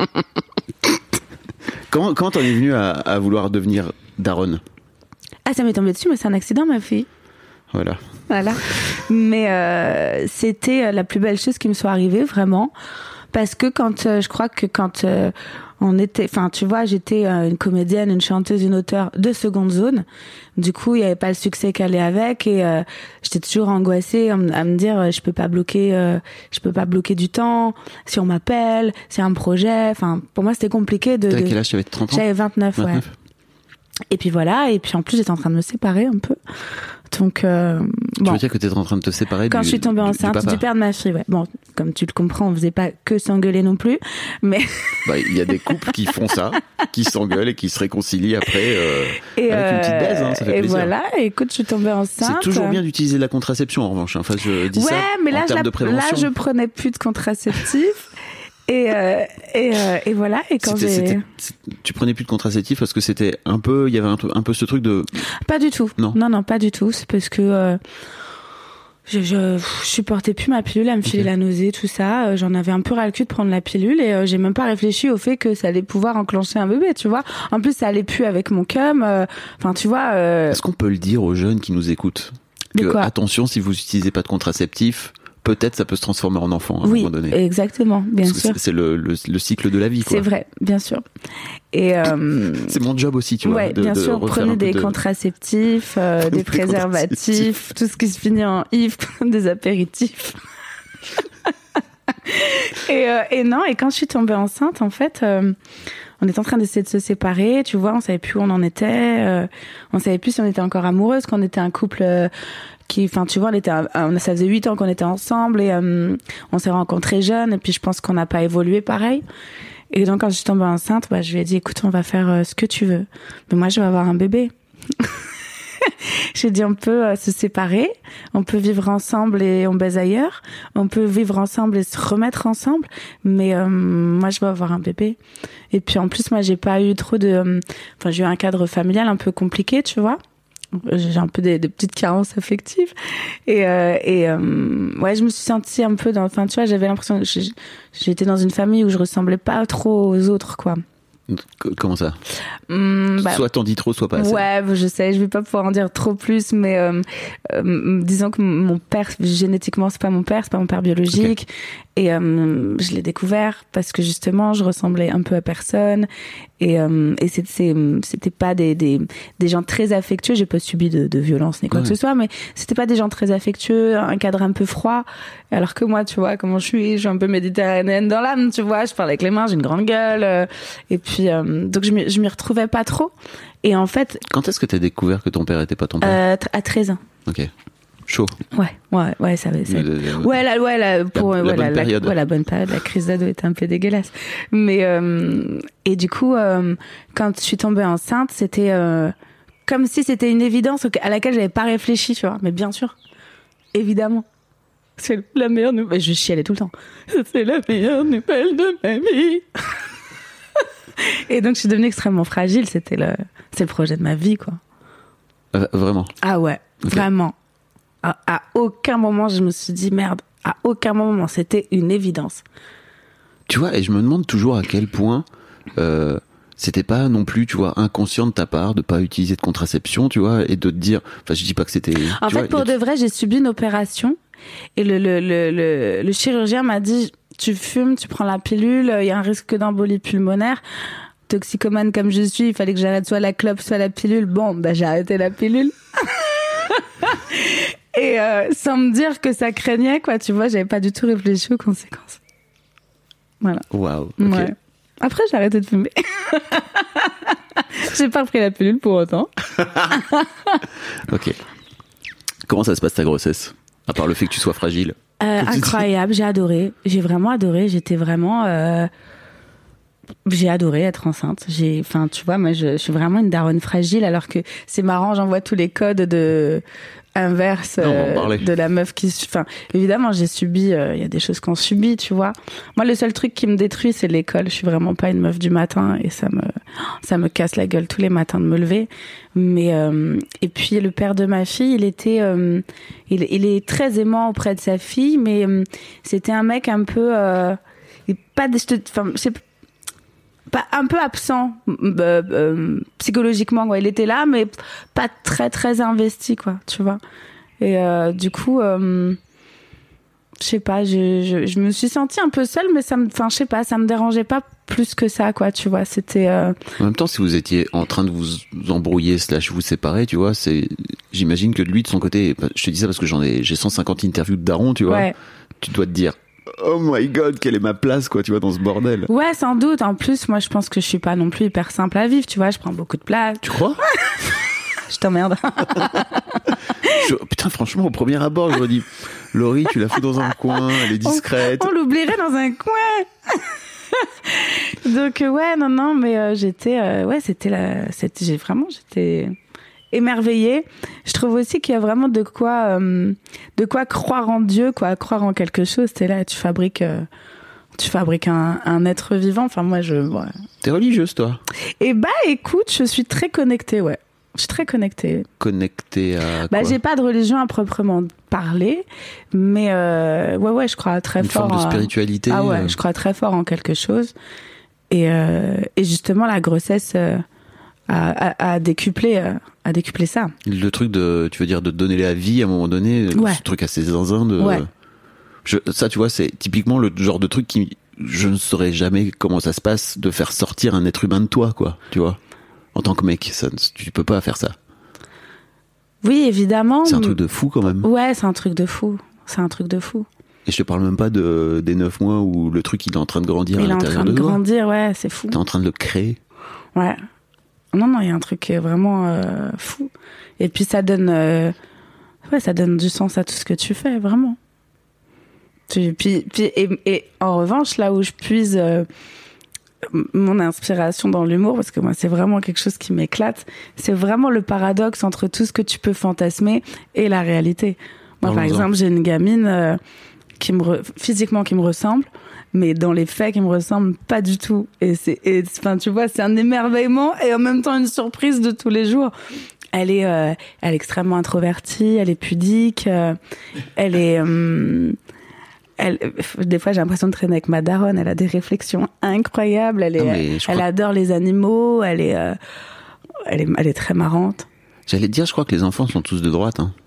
Comment, comment t'en es venue à, à vouloir devenir daronne? Ah, ça m'est tombé dessus, mais c'est un accident, ma fille. Voilà. Voilà. Mais euh, c'était la plus belle chose qui me soit arrivée, vraiment. Parce que quand, euh, je crois que quand euh, on était, enfin, tu vois, j'étais euh, une comédienne, une chanteuse, une auteure de seconde zone. Du coup, il y avait pas le succès qui allait avec, et euh, j'étais toujours angoissée à me dire, euh, je peux pas bloquer, euh, je peux pas bloquer du temps. Si on m'appelle, c'est un projet. Enfin, pour moi, c'était compliqué de. T'avais de... quel âge? T'avais trente ans? J'avais vingt-neuf, vingt-neuf. Ouais. Et puis voilà, et puis en plus j'étais en train de me séparer un peu, Donc, euh, tu bon. veux dire que t'étais en train de te séparer Quand du, je suis tombée du, enceinte du, du, papa. père de ma fille, ouais. Bon, comme tu le comprends, on faisait pas que s'engueuler non plus, mais. Bah, il y a des couples qui font ça, qui s'engueulent et qui se réconcilient après euh, et avec une petite baise, hein, ça fait et plaisir. voilà, et écoute, je suis tombée enceinte. C'est toujours bien d'utiliser la contraception en revanche. Enfin, je dis ouais, ça mais là, en je termes la- de prévention. là, je prenais plus de contraceptif. Et, euh, et, euh, et voilà, et quand C'était- j'ai... c'était- c'est- tu prenais plus de contraceptif parce que c'était un peu, il y avait un, peu- un peu ce truc de. Pas du tout. Non. non, non, pas du tout. C'est parce que euh, je, je, je supportais plus ma pilule, elle me filait Ok. la nausée, tout ça. Euh, J'en avais un peu ras le cul de prendre la pilule et euh, j'ai même pas réfléchi au fait que ça allait pouvoir enclencher un bébé, tu vois. En plus, ça allait plus avec mon cum. euh, Enfin, tu vois... euh, Est-ce qu'on peut le dire aux jeunes qui nous écoutent De que quoi attention, si vous utilisez pas de contraceptif, peut-être ça peut se transformer en enfant à un oui, moment donné. exactement, bien Parce que sûr. c'est- c'est le, le, le cycle de la vie, quoi. C'est vrai, bien sûr. Et... Euh, C'est mon job aussi, tu vois. ouais, de- bien de sûr, refaire prenez un peu des de- contraceptifs, euh, Prenez des des préservatifs, tout ce qui se finit en I V, des apéritifs. et, euh, et non, et quand je suis tombée enceinte, en fait, euh, on était en train d'essayer de se séparer, tu vois, on savait plus où on en était, euh, on savait plus si on était encore amoureuse, qu'on était un couple euh, qui, enfin, tu vois, on était, un- un- ça faisait huit ans qu'on était ensemble et euh, on s'est rencontrés jeunes et puis je pense qu'on n'a pas évolué pareil. Et donc, quand je suis tombée enceinte, bah, je lui ai dit, écoute, on va faire euh, ce que tu veux. Mais moi, je vais avoir un bébé. J'ai dit, on peut euh, se séparer, on peut vivre ensemble et on baise ailleurs, on peut vivre ensemble et se remettre ensemble, mais euh, moi, je vais avoir un bébé. Et puis, en plus, moi, j'ai pas eu trop de... euh, Enfin, j'ai eu un cadre familial un peu compliqué, tu vois. J'ai un peu des, des petites carences affectives et euh, et euh, ouais, je me suis sentie un peu dans, enfin tu vois, j'avais l'impression que j'ai- j'étais dans une famille où je ressemblais pas trop aux autres, quoi. C- Comment ça Hum, bah, Soit t'en dis trop, soit pas assez. ouais, je sais, je vais pas pouvoir en dire trop plus, mais euh, euh, disons que mon père, génétiquement, c'est pas mon père, c'est pas mon père biologique, et euh, je l'ai découvert parce que justement, je ressemblais un peu à personne, et, euh, et c'est, c'est, c'était pas des, des, des gens très affectueux. J'ai pas subi de, de violence ni quoi Ouais. que ce soit, mais c'était pas des gens très affectueux, un cadre un peu froid. Alors que moi, tu vois, comment je suis, je suis un peu méditerranéenne dans l'âme, tu vois, je parle avec les mains, j'ai une grande gueule, euh, et puis euh, donc je m'y, je m'y retrouvais pas trop. Et en fait, Quand est-ce que t'as découvert que ton père était pas ton père euh, à treize ans. Ok. Chaud. Ouais, ouais, ouais, ça, ça. Euh, euh, Ouais, la, ouais, la, pour, la ouais, bonne la, la- période. ouais, la bonne période, la crise d'ado était un peu dégueulasse. Mais, euh, et du coup, euh, quand je suis tombée enceinte, c'était, euh, comme si c'était une évidence à laquelle j'avais pas réfléchi, tu vois. Mais bien sûr. Évidemment. C'est la meilleure nouvelle. Je chialais tout le temps. C'est la meilleure nouvelle de ma vie. Et donc, je suis devenue extrêmement fragile. C'était le, c'est le projet de ma vie, quoi. euh, Vraiment. Ah ouais, Ok. vraiment. À, à aucun moment, je me suis dit merde. À aucun moment, c'était une évidence. Tu vois, et je me demande toujours à quel point euh, c'était pas non plus, tu vois, inconscient de ta part de pas utiliser de contraception, tu vois, et de te dire. Enfin, je dis pas que c'était. En tu fait, vois, pour il y a- de vrai, j'ai subi une opération et le, le, le, le, le chirurgien m'a dit tu fumes, tu prends la pilule, il y a un risque d'embolie pulmonaire. Toxicomane comme je suis, il fallait que j'arrête soit la clope, soit la pilule. Bon, bah j'ai arrêté la pilule. Et euh, sans me dire que ça craignait, quoi, tu vois, j'avais pas du tout réfléchi aux conséquences. Voilà. Waouh. ok. Ouais. Après, j'ai arrêté de fumer. J'ai pas pris la pilule pour autant. Ok. Comment ça se passe ta grossesse? À part le fait que tu sois fragile. Euh, Comme tu dis. incroyable, j'ai adoré. J'ai vraiment adoré. J'étais vraiment. Euh... J'ai adoré être enceinte. J'ai, enfin, tu vois, moi, je, je suis vraiment une daronne fragile. Alors que c'est marrant, j'envoie tous les codes de inverse Non, on va en euh, parler. de la meuf qui. Enfin, évidemment, j'ai subi. Il euh, y a des choses qu'on subit, tu vois. Moi, le seul truc qui me détruit, c'est l'école. Je suis vraiment pas une meuf du matin et ça me, ça me casse la gueule tous les matins de me lever. Mais euh, et puis le père de ma fille, il était, euh, il, il est très aimant auprès de sa fille, mais euh, c'était un mec un peu, euh, pas, de- enfin, je sais pas. Pas un peu absent euh, euh, psychologiquement, quoi. Il était là, mais pas très très investi, quoi, tu vois. Et euh, du coup, euh, je sais pas, je, je, je me suis sentie un peu seule, mais ça me, enfin, je sais pas, ça me dérangeait pas plus que ça, quoi, tu vois. C'était. Euh... En même temps, si vous étiez en train de vous embrouiller slash vous séparer, tu vois, c'est, j'imagine que lui de son côté, je te dis ça parce que j'en ai, j'ai cent cinquante interviews de daron, tu vois. Ouais. Tu dois te dire, oh my god, quelle est ma place, quoi, tu vois, dans ce bordel. Ouais, sans doute. En plus, moi, je pense que je suis pas non plus hyper simple à vivre, tu vois. Je prends beaucoup de place. Tu crois? Je t'emmerde. Je- putain, franchement, au premier abord, j'aurais dit, Laurie, tu la fous dans un coin, elle est discrète. On, on l'oublierait dans un coin. Donc euh, ouais, non, non, mais euh, j'étais, euh, ouais, c'était la, c'était, j'ai vraiment, j'étais émerveillée. Je trouve aussi qu'il y a vraiment de quoi, euh, de quoi croire en Dieu, quoi, croire en quelque chose. T'es là, tu fabriques, euh, tu fabriques un, un être vivant. Enfin, moi, je. Ouais. T'es religieuse, toi? Et bah, écoute, je suis très connectée, ouais. Je suis très connectée. Connectée à Bah, quoi? j'ai pas de religion à proprement parler, mais euh, ouais, ouais, je crois très Une fort. forme de à- spiritualité. Ah ouais, euh, je crois très fort en quelque chose. Et, euh, et justement, la grossesse euh, a, a, a décuplé, euh, a décuplé ça. Le truc de, tu veux dire, de donner la vie à un moment donné, Ouais. ce truc assez zinzin de. Ouais. Je, ça, tu vois, c'est typiquement le genre de truc qui, je ne saurais jamais comment ça se passe de faire sortir un être humain de toi, quoi. Tu vois, en tant que mec, ça, tu peux pas faire ça. Oui, évidemment. C'est un truc de fou quand même. Ouais, c'est un truc de fou. C'est un truc de fou. Et je te parle même pas de des neuf mois où le truc il est en train de grandir Il à est en l'intérieur train de de toi. grandir, ouais, c'est fou. T'es en train de le créer. Ouais. Non, non, il y a un truc vraiment euh, fou. Et puis ça donne, euh, ouais, ça donne du sens à tout ce que tu fais, vraiment. Tu, puis, puis et, et en revanche, là où je puise euh, mon inspiration dans l'humour, parce que moi, c'est vraiment quelque chose qui m'éclate, c'est vraiment le paradoxe entre tout ce que tu peux fantasmer et la réalité. Moi, par Parlons-en. exemple, j'ai une gamine euh, qui me re- physiquement qui me ressemble, mais dans les faits qui me ressemble pas du tout. Et c'est, et, enfin, tu vois, c'est un émerveillement et en même temps une surprise de tous les jours. Elle est, euh, elle est extrêmement introvertie, elle est pudique, euh, elle est, euh, elle, des fois j'ai l'impression de traîner avec ma daronne. Elle a des réflexions incroyables. Elle est, Non, mais je elle crois- adore les animaux. Elle est, euh, elle est, elle est très marrante. J'allais te dire, je crois que les enfants sont tous de droite. Hein.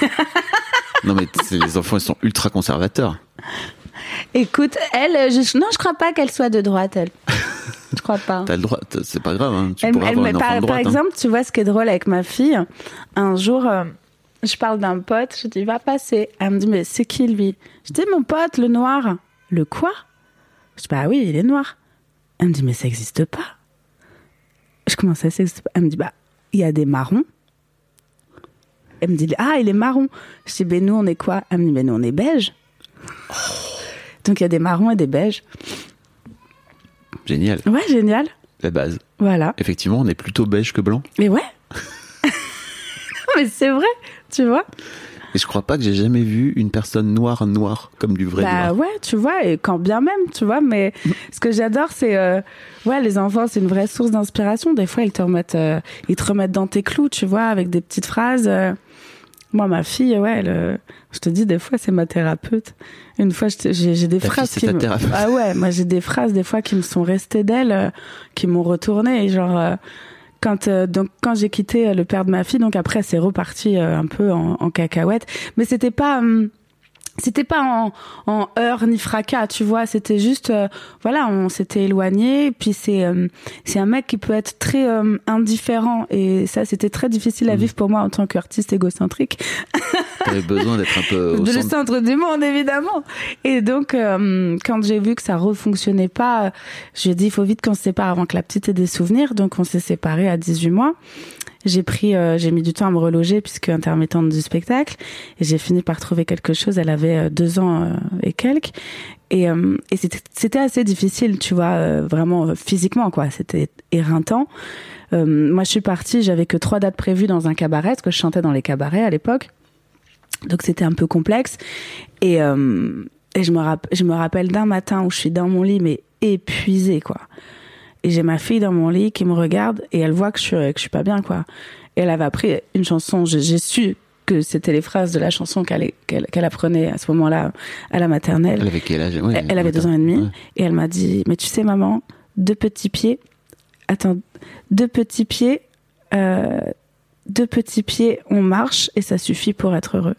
Non mais c'est- les enfants ils sont ultra conservateurs. Écoute, elle, je, non, je crois pas qu'elle soit de droite, elle. Je crois pas. T'as le droit, t'as- c'est pas grave. Hein. Tu Elle, pourras elle avoir me- un enfant par, de droite. par hein. exemple, tu vois ce qui est drôle avec ma fille. Un jour, euh, je parle d'un pote, je dis va passer. Elle me dit mais c'est qui lui? Je dis mon pote, le noir. Le quoi? Je dis bah oui, il est noir. Elle me dit mais ça existe pas. Je commence à ça existe pas. Elle me dit bah il y a des marrons. Elle me dit ah il est marron. Je dis ben nous on est quoi? Elle me dit ben nous on est beige. Donc il y a des marrons et des beiges. Génial. Ouais génial. La base. Voilà. Effectivement, on est plutôt beige que blanc. Mais ouais. Mais c'est vrai, tu vois. Et je crois pas que j'ai jamais vu une personne noire noire comme du vrai Bah noir. ouais, tu vois, et quand bien même, tu vois, mais ce que j'adore, c'est, euh, ouais, les enfants, c'est une vraie source d'inspiration. Des fois, ils te remettent, euh, ils te remettent dans tes clous, tu vois, avec des petites phrases. euh. Moi, ma fille, ouais, elle, euh, je te dis, des fois, c'est ma thérapeute. Une fois, je te- j'ai, j'ai des Ta phrases fille, c'est qui ta me... thérapeute. Ah ouais, moi, j'ai des phrases, des fois, qui me sont restées d'elle, euh, qui m'ont retourné, et genre... euh, Quand euh, donc quand j'ai quitté euh, le père de ma fille, donc après c'est reparti euh, un peu en, en cacahuète, mais c'était pas hum, c'était pas en, en heurts ni fracas, tu vois, c'était juste euh, voilà, on s'était éloigné, puis c'est euh, c'est un mec qui peut être très euh, indifférent et ça c'était très difficile à vivre pour moi en tant qu'artiste égocentrique. T'avais besoin d'être un peu au De le centre. centre du monde, évidemment. Et donc, euh, quand j'ai vu que ça refonctionnait pas, euh, j'ai dit, il faut vite qu'on se sépare avant que la petite ait des souvenirs. Donc, on s'est séparés à dix-huit mois. J'ai pris, euh, j'ai mis du temps à me reloger puisque intermittente du spectacle. Et j'ai fini par trouver quelque chose. Elle avait euh, deux ans euh, et quelques. Et, euh, et c'était, c'était assez difficile, tu vois, euh, vraiment euh, physiquement, quoi. C'était éreintant. Euh, moi, je suis partie, j'avais que trois dates prévues dans un cabaret, parce que je chantais dans les cabarets à l'époque. Donc c'était un peu complexe et, euh, et je me rapp- je me rappelle d'un matin où je suis dans mon lit mais épuisée quoi. Et j'ai ma fille dans mon lit qui me regarde et elle voit que je suis que je suis pas bien quoi. Et elle avait appris une chanson, j'ai, j'ai su que c'était les phrases de la chanson qu'elle, qu'elle, qu'elle apprenait à ce moment-là à la maternelle. Elle avait quel âge? Ouais, Elle, elle avait deux ans et demi ouais. et elle m'a dit mais tu sais maman, deux petits pieds, attends, deux petits pieds, euh, deux petits pieds, on marche et ça suffit pour être heureux.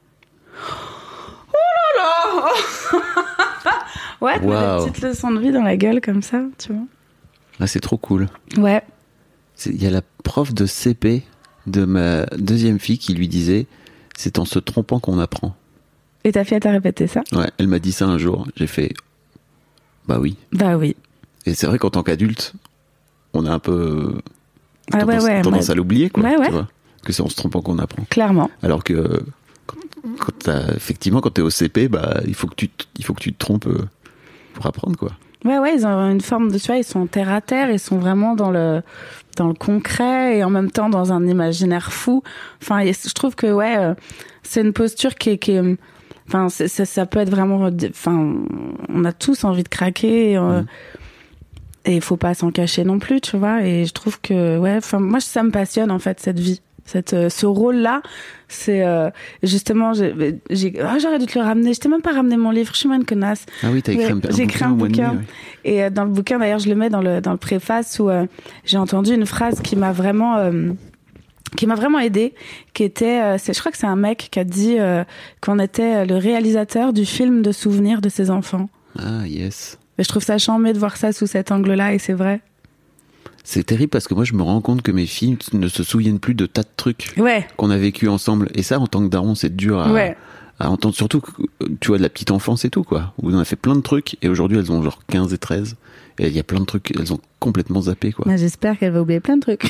Oh là là. Ouais, tu mets Waouh. des petites leçons de vie dans la gueule comme ça, tu vois. Ah, c'est trop cool. Ouais. C'est- Il y a la prof de C P de ma deuxième fille qui lui disait « C'est en se trompant qu'on apprend Et ta fille, elle t'a répété ça ». Ouais, elle m'a dit ça un jour. J'ai fait « Bah oui ». Bah oui. Et c'est vrai qu'en tant qu'adulte, on a un peu Ah tendance, ouais, ouais. tendance moi- à l'oublier, quoi. Ouais, ouais. Tu vois. que c'est en se trompant qu'on apprend. Clairement. Alors que quand, quand t'as, effectivement, quand t'es au C P, bah, il faut que tu, t- il faut que tu te trompes euh, pour apprendre, quoi. Ouais, ouais, ils ont une forme de, tu vois, ils sont terre à terre, ils sont vraiment dans le, dans le concret et en même temps dans un imaginaire fou. Enfin, je trouve que, ouais, euh, c'est une posture qui est, qui est, enfin, c'est, ça, ça peut être vraiment, enfin, on a tous envie de craquer et, euh, mmh. et il faut pas s'en cacher non plus, tu vois. Et je trouve que, ouais, enfin, moi, ça me passionne, en fait, cette vie. Cette, euh, ce rôle-là, c'est euh, justement, j'ai, j'ai, oh, j'aurais dû te le ramener. Je t'ai même pas ramené mon livre. Je suis moins une connasse. Ah oui, t'as écrit un, un j'ai écrit bouquin. un bouquin. Demi, oui. Et euh, dans le bouquin, d'ailleurs, je le mets dans le dans le préface où euh, j'ai entendu une phrase qui m'a vraiment euh, qui m'a vraiment aidée, qui était, euh, c'est, je crois que c'est un mec qui a dit euh, qu'on était le réalisateur du film de souvenirs de ses enfants. Ah yes. Et je trouve ça charmé de voir ça sous cet angle-là, et c'est vrai. C'est terrible parce que moi, je me rends compte que mes filles ne se souviennent plus de tas de trucs ouais. qu'on a vécu ensemble. Et ça, en tant que daron, c'est dur à, ouais. à entendre. Surtout, tu vois, de la petite enfance et tout, quoi. Où on a fait plein de trucs et aujourd'hui, elles ont genre quinze et treize. Et il y a plein de trucs, elles ont complètement zappé, quoi. Mais j'espère qu'elle va oublier plein de trucs.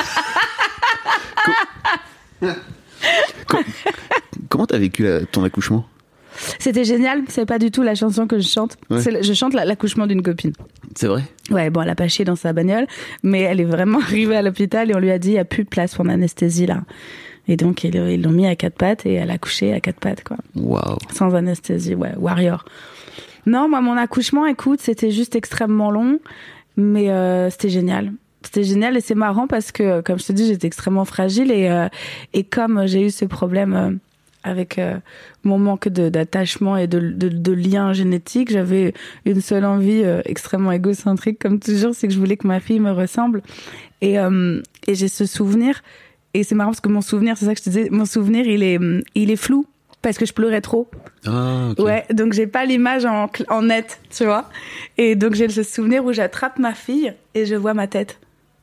Com- Comment t'as vécu la, ton accouchement ? C'était génial, c'est pas du tout la chanson que je chante. Ouais. C'est le, je chante la, l'accouchement d'une copine. C'est vrai ? Ouais, bon, elle a pas chié dans sa bagnole, mais elle est vraiment arrivée à l'hôpital et on lui a dit, il y a plus de place pour l'anesthésie, là. Et donc, ils, ils l'ont mis à quatre pattes et elle a accouché à quatre pattes, quoi. Waouh. Sans anesthésie, ouais, warrior. Non, moi, mon accouchement, écoute, c'était juste extrêmement long, mais euh, c'était génial. C'était génial et c'est marrant parce que, comme je te dis, j'étais extrêmement fragile et, euh, et comme j'ai eu ce problème... Euh, avec euh, mon manque de, d'attachement et de, de, de lien génétique, j'avais une seule envie euh, extrêmement égocentrique, comme toujours, c'est que je voulais que ma fille me ressemble. Et, euh, et j'ai ce souvenir, et c'est marrant parce que mon souvenir, c'est ça que je te disais, mon souvenir, il est, il est flou, parce que je pleurais trop. Ah, ok. Ouais, donc j'ai pas l'image en, en net, tu vois. Et donc j'ai ce souvenir où j'attrape ma fille et je vois ma tête.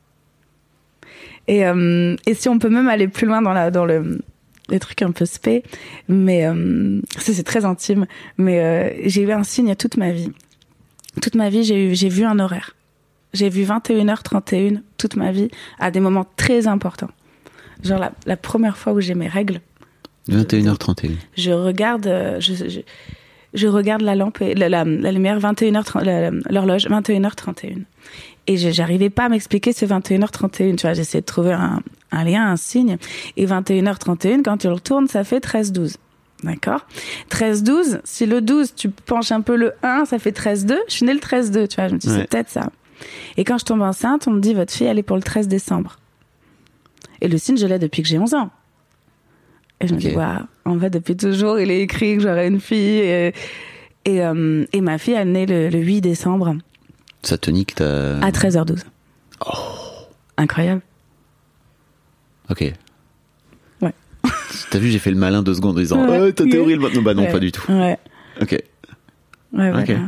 Et, euh, et si on peut même aller plus loin dans, la, dans le... des trucs un peu spé, mais euh, ça c'est très intime, mais euh, j'ai eu un signe toute ma vie. Toute ma vie, j'ai eu, j'ai vu un horaire. J'ai vu vingt et une heures trente et un toute ma vie, à des moments très importants. Genre la, la première fois où j'ai mes règles. vingt et une heures trente et un. Je regarde, je, je, je regarde la lampe, et, la, la, la lumière, vingt et une heures, la, l'horloge, vingt et une heures trente et un. Et je, j'arrivais pas à m'expliquer ce vingt et une heures trente et un, tu vois, j'essayais de trouver un, un lien, un signe. Et vingt et une heures trente et un, quand tu le retournes, ça fait treize douze. D'accord? treize douze, si le douze, tu penches un peu le un, ça fait treize deux. Je suis née le treize deux, tu vois, je me dis, ouais. C'est peut-être ça. Et quand je tombe enceinte, on me dit, votre fille, elle est pour le treize décembre. Et le signe, je l'ai depuis que j'ai onze ans. Et je me okay. dis, waouh, en fait, depuis toujours, il est écrit que j'aurai une fille. Et, et, euh, et ma fille, elle est née le, le huit décembre. Ça te nique ta... À treize heures douze. Oh. Incroyable. Ok. Ouais. T'as vu, j'ai fait le malin deux secondes en disant ouais. oh, ta théorie, le... non, bah non, ouais. pas du tout. Ouais. Ok. Ouais, voilà. Okay.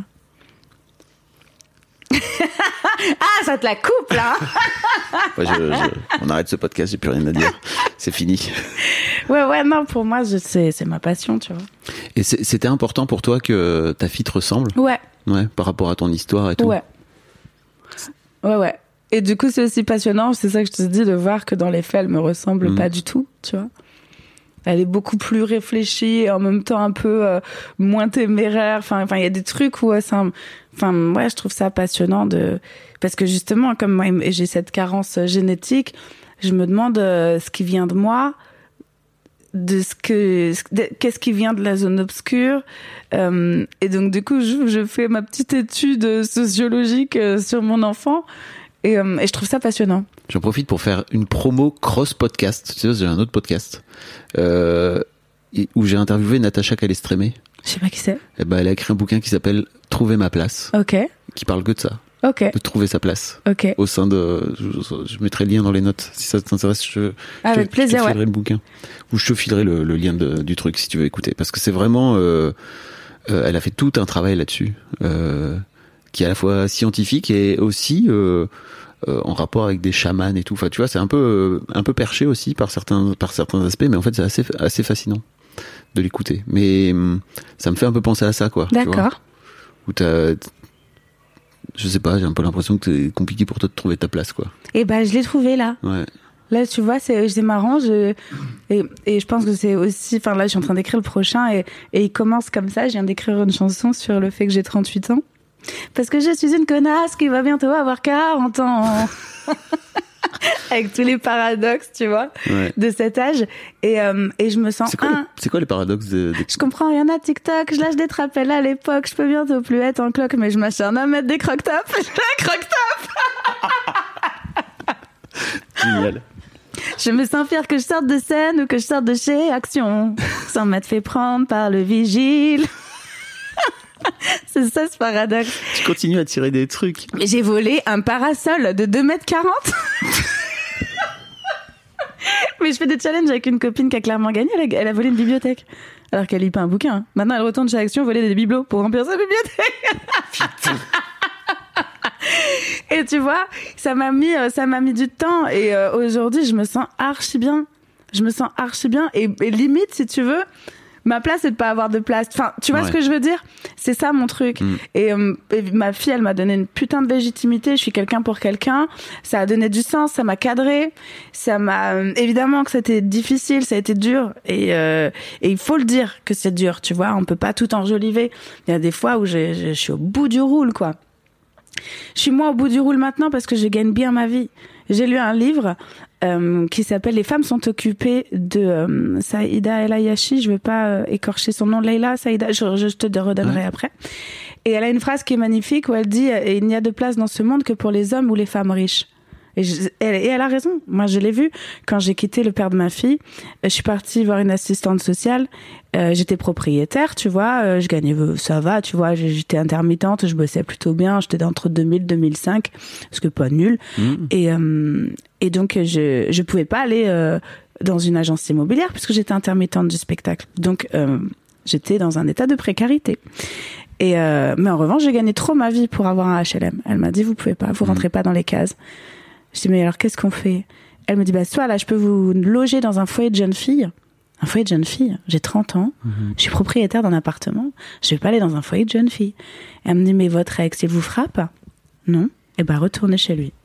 Ah, ça te la coupe, là. Ouais, je, je... On arrête ce podcast, j'ai plus rien à dire. C'est fini. Ouais, ouais, non, pour moi, je... c'est, c'est ma passion, tu vois. Et c'est, c'était important pour toi que ta fille te ressemble ? Ouais. Ouais, par rapport à ton histoire et tout. Ouais. Ouais, ouais. Et du coup, c'est aussi passionnant, c'est ça que je te dis, de voir que dans les faits, elle me ressemble mmh. pas du tout, tu vois. Elle est beaucoup plus réfléchie et en même temps un peu euh, moins téméraire. Enfin, enfin, il y a des trucs où, ça, enfin, ouais, je trouve ça passionnant de, parce que justement, comme moi, j'ai cette carence génétique, je me demande euh, ce qui vient de moi, de ce que, de, qu'est-ce qui vient de la zone obscure. Euh, et donc, du coup, je, je fais ma petite étude sociologique euh, sur mon enfant. Et, euh, et je trouve ça passionnant. J'en profite pour faire une promo cross-podcast. Tu sais, j'ai un autre podcast euh, où j'ai interviewé Natacha Calestrémé. Je sais pas qui c'est. Et ben, elle a écrit un bouquin qui s'appelle « Trouver ma place ». Ok. Qui parle que de ça. Ok. De trouver sa place. Ok. Au sein de... Je, je mettrai le lien dans les notes. Si ça t'intéresse, je, Avec je, te, plaisir, je te filerai ouais. le bouquin. Ou je te filerai le, le lien de, du truc si tu veux écouter. Parce que c'est vraiment... Euh, euh, elle a fait tout un travail là-dessus. Euh, qui est à la fois scientifique et aussi... Euh, Euh, en rapport avec des chamans et tout. Enfin, tu vois, c'est un peu, euh, un peu perché aussi par certains, par certains aspects, mais en fait, c'est assez, assez fascinant de l'écouter. Mais hum, ça me fait un peu penser à ça, quoi. D'accord. Où t'as, je sais pas, j'ai un peu l'impression que c'est compliqué pour toi de trouver ta place, quoi. Et ben, je l'ai trouvé là. Ouais. Là, tu vois, c'est, c'est marrant. Je, et, et je pense que c'est aussi... Enfin, là, je suis en train d'écrire le prochain et, et il commence comme ça. Je viens d'écrire une chanson sur le fait que j'ai trente-huit ans. Parce que je suis une connasse qui va bientôt avoir quarante ans. Avec tous les paradoxes, tu vois, ouais. de cet âge. Et, euh, et je me sens... C'est quoi, un... les, c'est quoi les paradoxes de, de... Je comprends rien à TikTok, je lâche des trapelles à l'époque, je peux bientôt plus être en cloque, mais je m'acharne à mettre des croque-tops. Je fais un croque-top. Génial. Je me sens fière que je sorte de scène ou que je sorte de chez Action, sans m'être fait prendre par le vigile. C'est ça ce paradoxe. Tu continues à tirer des trucs. Mais j'ai volé un parasol de deux mètres quarante. Mais je fais des challenges avec une copine qui a clairement gagné. Elle a, elle a volé une bibliothèque. Alors qu'elle lit pas un bouquin. Hein. Maintenant, elle retourne chez Action voler des bibelots pour remplir sa bibliothèque. Putain. Et tu vois, ça m'a mis, ça m'a mis du temps. Et euh, aujourd'hui, je me sens archi bien. Je me sens archi bien. Et, et limite, si tu veux... Ma place, c'est de pas avoir de place. Enfin, tu vois ouais. ce que je veux dire ? C'est ça mon truc. Mm. Et, euh, et ma fille, elle m'a donné une putain de légitimité. Je suis quelqu'un pour quelqu'un. Ça a donné du sens, ça m'a cadré. Ça m'a euh, évidemment que c'était difficile, ça a été dur. Et, euh, et il faut le dire que c'est dur. Tu vois, on peut pas tout enjoliver. Il y a des fois où je, je, je suis au bout du roule, quoi. Je suis moins au bout du roule maintenant parce que je gagne bien ma vie. J'ai lu un livre euh, qui s'appelle « Les femmes sont occupées » de euh, Saïda El Ayachi. Je veux pas euh, écorcher son nom. Leïla Saïda, je, je te redonnerai ouais. après. Et elle a une phrase qui est magnifique où elle dit « Il n'y a de place dans ce monde que pour les hommes ou les femmes riches ». Et, je, elle, et elle a raison. Moi, je l'ai vu quand j'ai quitté le père de ma fille. Je suis partie voir une assistante sociale. Euh, j'étais propriétaire, tu vois. Euh, je gagnais, ça va, tu vois. J'étais intermittente, je bossais plutôt bien. J'étais entre deux mille et deux mille cinq, ce que pas nul. Mmh. Et, euh, et donc, je je pouvais pas aller euh, dans une agence immobilière puisque j'étais intermittente du spectacle. Donc, euh, j'étais dans un état de précarité. Et euh, mais en revanche, j'ai gagné trop ma vie pour avoir un H L M. Elle m'a dit, vous pouvez pas, vous rentrez mmh. pas dans les cases. Je dis, mais alors, qu'est-ce qu'on fait ? Elle me dit, bah, soit là, je peux vous loger dans un foyer de jeunes filles. Un foyer de jeunes filles. J'ai trente ans. Mmh. Je suis propriétaire d'un appartement. Je vais pas aller dans un foyer de jeunes filles. Elle me dit, mais votre ex, il vous frappe ? Non. Eh ben, retournez chez lui.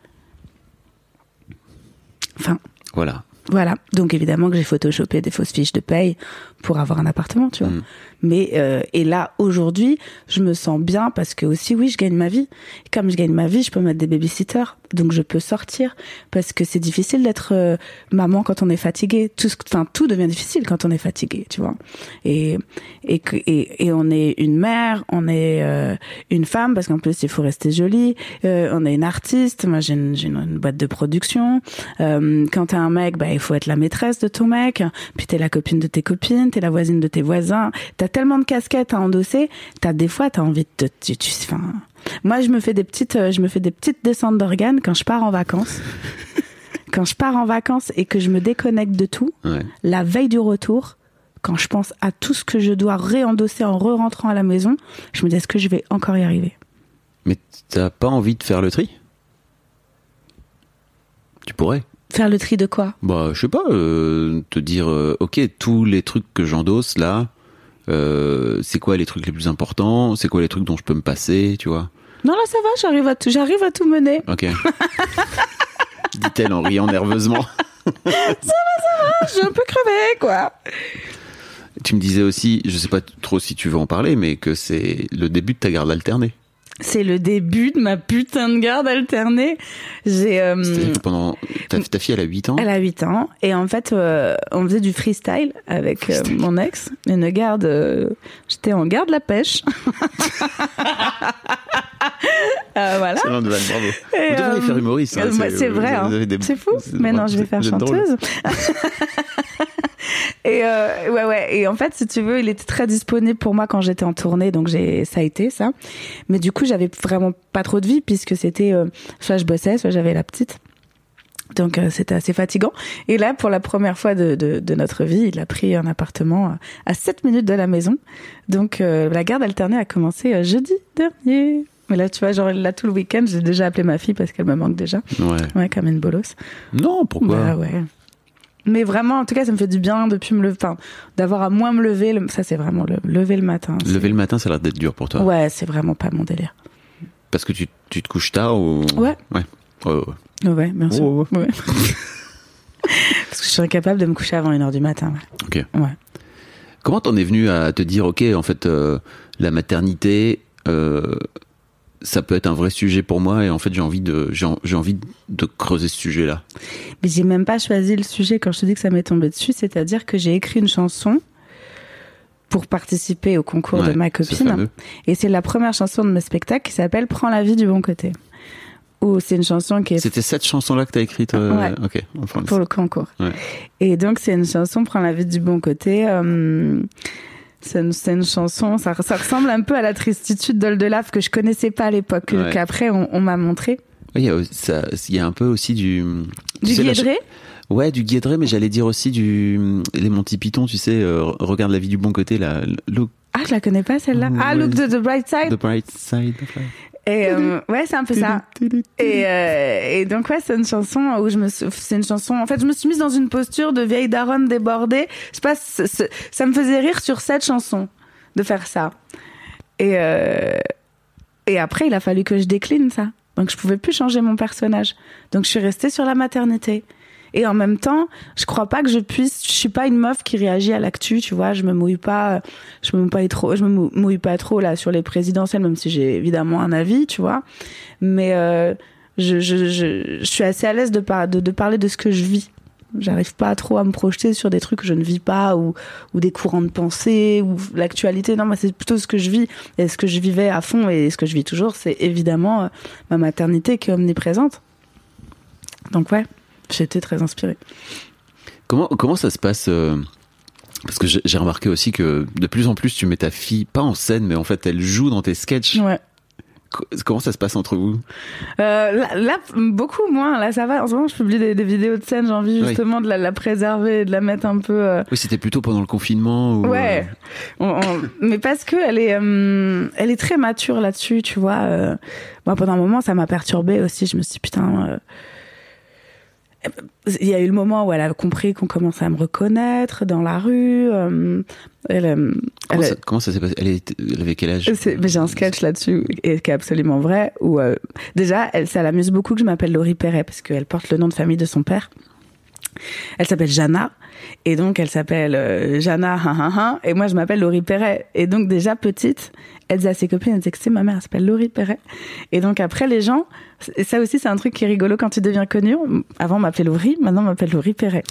Enfin. Voilà. Voilà. Donc, évidemment que j'ai photoshopé des fausses fiches de paye pour avoir un appartement, tu vois. Mmh. Mais, euh, et là, aujourd'hui, je me sens bien parce que aussi, oui, je gagne ma vie. Et comme je gagne ma vie, je peux mettre des babysitters. Donc, je peux sortir parce que c'est difficile d'être euh, maman quand on est fatigué. Tout, enfin, tout devient difficile quand on est fatigué, tu vois. Et, et, et, et on est une mère, on est euh, une femme parce qu'en plus, il faut rester jolie. Euh, on est une artiste. Moi, j'ai une, j'ai une, une boîte de production. Euh, quand t'es un mec, bah, il faut être la maîtresse de ton mec. Puis t'es la copine de tes copines, t'es la voisine de tes voisins. T'as tellement de casquettes à endosser, t'as des fois t'as envie de te, tu, tu, enfin, moi je me fais des petites, je me fais des petites descentes d'organes quand je pars en vacances. Quand je pars en vacances et que je me déconnecte de tout, ouais. La veille du retour, quand je pense à tout ce que je dois réendosser en re-rentrant à la maison, je me dis est-ce que je vais encore y arriver ? Mais t'as pas envie de faire le tri ? Tu pourrais. Faire le tri de quoi ? Bah, je sais pas, euh, te dire, euh, ok, tous les trucs que j'endosse là, euh, c'est quoi les trucs les plus importants ? C'est quoi les trucs dont je peux me passer, tu vois ? Non, là, ça va, j'arrive à tout, j'arrive à tout mener. Ok. Dit-elle en riant nerveusement. Ça va, ça va, je suis un peu crevée, quoi. Tu me disais aussi, je sais pas trop si tu veux en parler, mais que c'est le début de ta garde alternée. C'est le début de ma putain de garde alternée. J'ai. Euh, C'est-à-dire que pendant ta, ta fille, elle a huit ans. Elle a huit ans et en fait, euh, on faisait du freestyle avec freestyle. Euh, mon ex. Une garde. Euh, j'étais en garde la pêche. euh, voilà. C'est l'un de Val, bravo. Et vous devriez euh, faire humoriste. Hein, c'est, c'est vrai. Hein. Des... C'est fou. C'est mais non, je vais faire chanteuse. Et euh, ouais ouais et en fait si tu veux il était très disponible pour moi quand j'étais en tournée donc j'ai ça a été ça mais du coup j'avais vraiment pas trop de vie puisque c'était euh, soit je bossais soit j'avais la petite donc euh, c'était assez fatigant et là pour la première fois de, de, de notre vie il a pris un appartement à sept minutes de la maison donc euh, la garde alternée a commencé euh, jeudi dernier. Mais là, tu vois, genre, là, tout le week-end, j'ai déjà appelé ma fille parce qu'elle me manque déjà. Ouais. Ouais, comme une bolosse. Non, pourquoi ? Bah ouais. Mais vraiment, en tout cas, ça me fait du bien depuis me lever, enfin, d'avoir à moins me lever. Le, ça, c'est vraiment le lever le matin. Lever c'est... le matin, ça a l'air d'être dur pour toi. Ouais, c'est vraiment pas mon délire. Parce que tu, tu te couches tard ou... Ouais. Ouais. Ouais, ouais. Ouais, bien sûr. Oh, ouais. Ouais. Je suis incapable de me coucher avant une heure du matin. Ok. Ouais. Comment t'en es venu à te dire, ok, en fait, euh, la maternité, euh, ça peut être un vrai sujet pour moi et en fait, j'ai envie de, j'ai, j'ai envie de creuser ce sujet-là. Mais j'ai même pas choisi le sujet quand je te dis que ça m'est tombé dessus, c'est-à-dire que j'ai écrit une chanson pour participer au concours Ouais, de ma copine. Et c'est la première chanson de mes spectacles qui s'appelle « Prends la vie du bon côté ». Où c'est une chanson qui est... C'était cette chanson-là que t'as écrite euh... Ouais. Ok, on prend pour le concours. Ouais. Et donc, c'est une chanson « Prends la vie du bon côté euh... ». C'est une, c'est une chanson, ça, ça ressemble un peu à la tristitude d'Oldelaf que je connaissais pas à l'époque, ouais. Qu'après on, on m'a montré. Il y a, ça, il y a un peu aussi du... Du Guédré la... Ouais, du Guédré, mais j'allais dire aussi du... Les Monty Python, tu sais, euh, regarde la vie du bon côté, là. Look... Ah, je la connais pas celle-là. Ah, Look to the Bright Side. The Bright Side. Et euh, ouais, c'est un peu ça. Et, euh, et donc ouais, c'est une chanson où je me, suis, c'est une chanson. En fait, je me suis mise dans une posture de vieille daronne débordée. Je sais pas, c'est, c'est, ça me faisait rire sur cette chanson de faire ça. Et euh, et après, il a fallu que je décline ça. Donc je pouvais plus changer mon personnage. Donc je suis restée sur la maternité. Et en même temps, je crois pas que je puisse, je suis pas une meuf qui réagit à l'actu, tu vois, je me mouille pas, je me mouille pas trop, je me mouille pas trop là sur les présidentielles, même si j'ai évidemment un avis, tu vois. Mais euh, je, je, je, je suis assez à l'aise de, par, de, de parler de ce que je vis. J'arrive pas trop à me projeter sur des trucs que je ne vis pas ou, ou des courants de pensée ou l'actualité. Non, moi, c'est plutôt ce que je vis. Et ce que je vivais à fond et ce que je vis toujours, c'est évidemment euh, ma maternité qui est omniprésente. Donc ouais. J'étais très inspirée. Comment, comment ça se passe euh, parce que j'ai, j'ai remarqué aussi que de plus en plus tu mets ta fille, pas en scène, mais en fait elle joue dans tes sketchs. Ouais. Comment ça se passe entre vous ? euh, là, là, beaucoup moins. Là, ça va. En ce moment, je publie des, des vidéos de scène. J'ai envie justement oui. de la, la préserver, de la mettre un peu. Euh... Oui, c'était plutôt pendant le confinement. Ou... Ouais. On, on... Mais parce que elle est, euh, elle est très mature là-dessus, tu vois. Euh... Moi, pendant un moment, ça m'a perturbée aussi. Je me suis dit, putain. Euh... Il y a eu le moment où elle a compris qu'on commençait à me reconnaître dans la rue. Euh, elle, euh, comment, elle, ça, comment ça s'est passé ? Elle, est, elle avait quel âge ? c'est, mais j'ai un sketch là-dessus et qui est absolument vrai. Où euh, déjà, elle, ça l'amuse beaucoup que je m'appelle Laurie Perret parce qu'elle porte le nom de famille de son père. Elle s'appelle Jana et donc elle s'appelle euh, Jana hein, hein, hein, et moi je m'appelle Laurie Perret et donc déjà petite elle disait à ses copines, elle disait que c'est ma mère, elle s'appelle Laurie Perret et donc après les gens, et ça aussi c'est un truc qui est rigolo quand tu deviens connu, avant on m'appelait Laurie, maintenant on m'appelle Laurie Perret.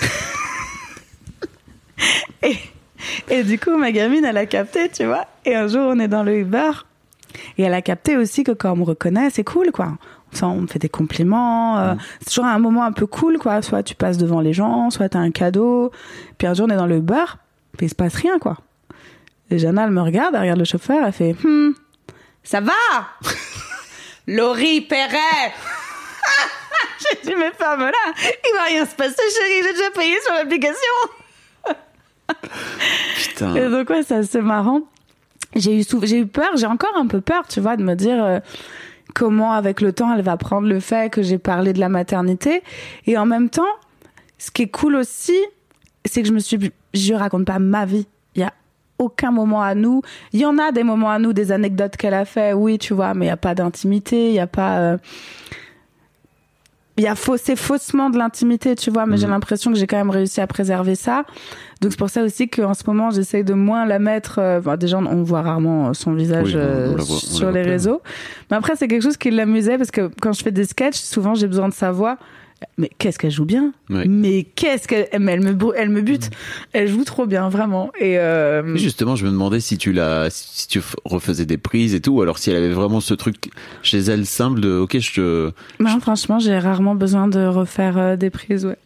et, et du coup ma gamine elle a capté, tu vois, et un jour on est dans le Uber et elle a capté aussi que quand on me reconnaît c'est cool quoi. Enfin, on me fait des compliments. Euh, mmh. C'est toujours un moment un peu cool, quoi. Soit tu passes devant les gens, soit t'as un cadeau. Puis un jour, on est dans le bar, puis il se passe rien, quoi. Et Jana, elle me regarde, elle regarde le chauffeur, elle fait hmm, ça va Laurie Perret. J'ai dit, mais ferme-la, il va rien se passer, chérie, j'ai déjà payé sur l'application. Putain. Et donc, ouais, c'est assez marrant. J'ai eu, sou... j'ai eu peur, j'ai encore un peu peur, tu vois, de me dire... Euh, comment, avec le temps, elle va prendre le fait que j'ai parlé de la maternité. Et en même temps, ce qui est cool aussi, c'est que je me suis... Je raconte pas ma vie. Il y a aucun moment à nous. Il y en a des moments à nous, des anecdotes qu'elle a fait, oui, tu vois, mais il y a pas d'intimité, il y a pas... Euh... Il y a faux, c'est faussement de l'intimité, tu vois, mais mmh. j'ai l'impression que j'ai quand même réussi à préserver ça. Donc c'est pour ça aussi qu'en ce moment, j'essaye de moins la mettre... Euh, enfin, déjà, on voit rarement son visage oui, euh, voit, sur les réseaux. Mais après, c'est quelque chose qui l'amusait, parce que quand je fais des sketchs, souvent, j'ai besoin de sa voix. Mais qu'est-ce qu'elle joue bien oui. Mais qu'est-ce qu'elle... Mais elle me, elle me bute. Elle joue trop bien, vraiment. Et euh... Justement, je me demandais si tu, la, si tu refaisais des prises et tout, ou alors si elle avait vraiment ce truc chez elle simple de « Ok, je te... » Non, je... franchement, j'ai rarement besoin de refaire euh, des prises, ouais.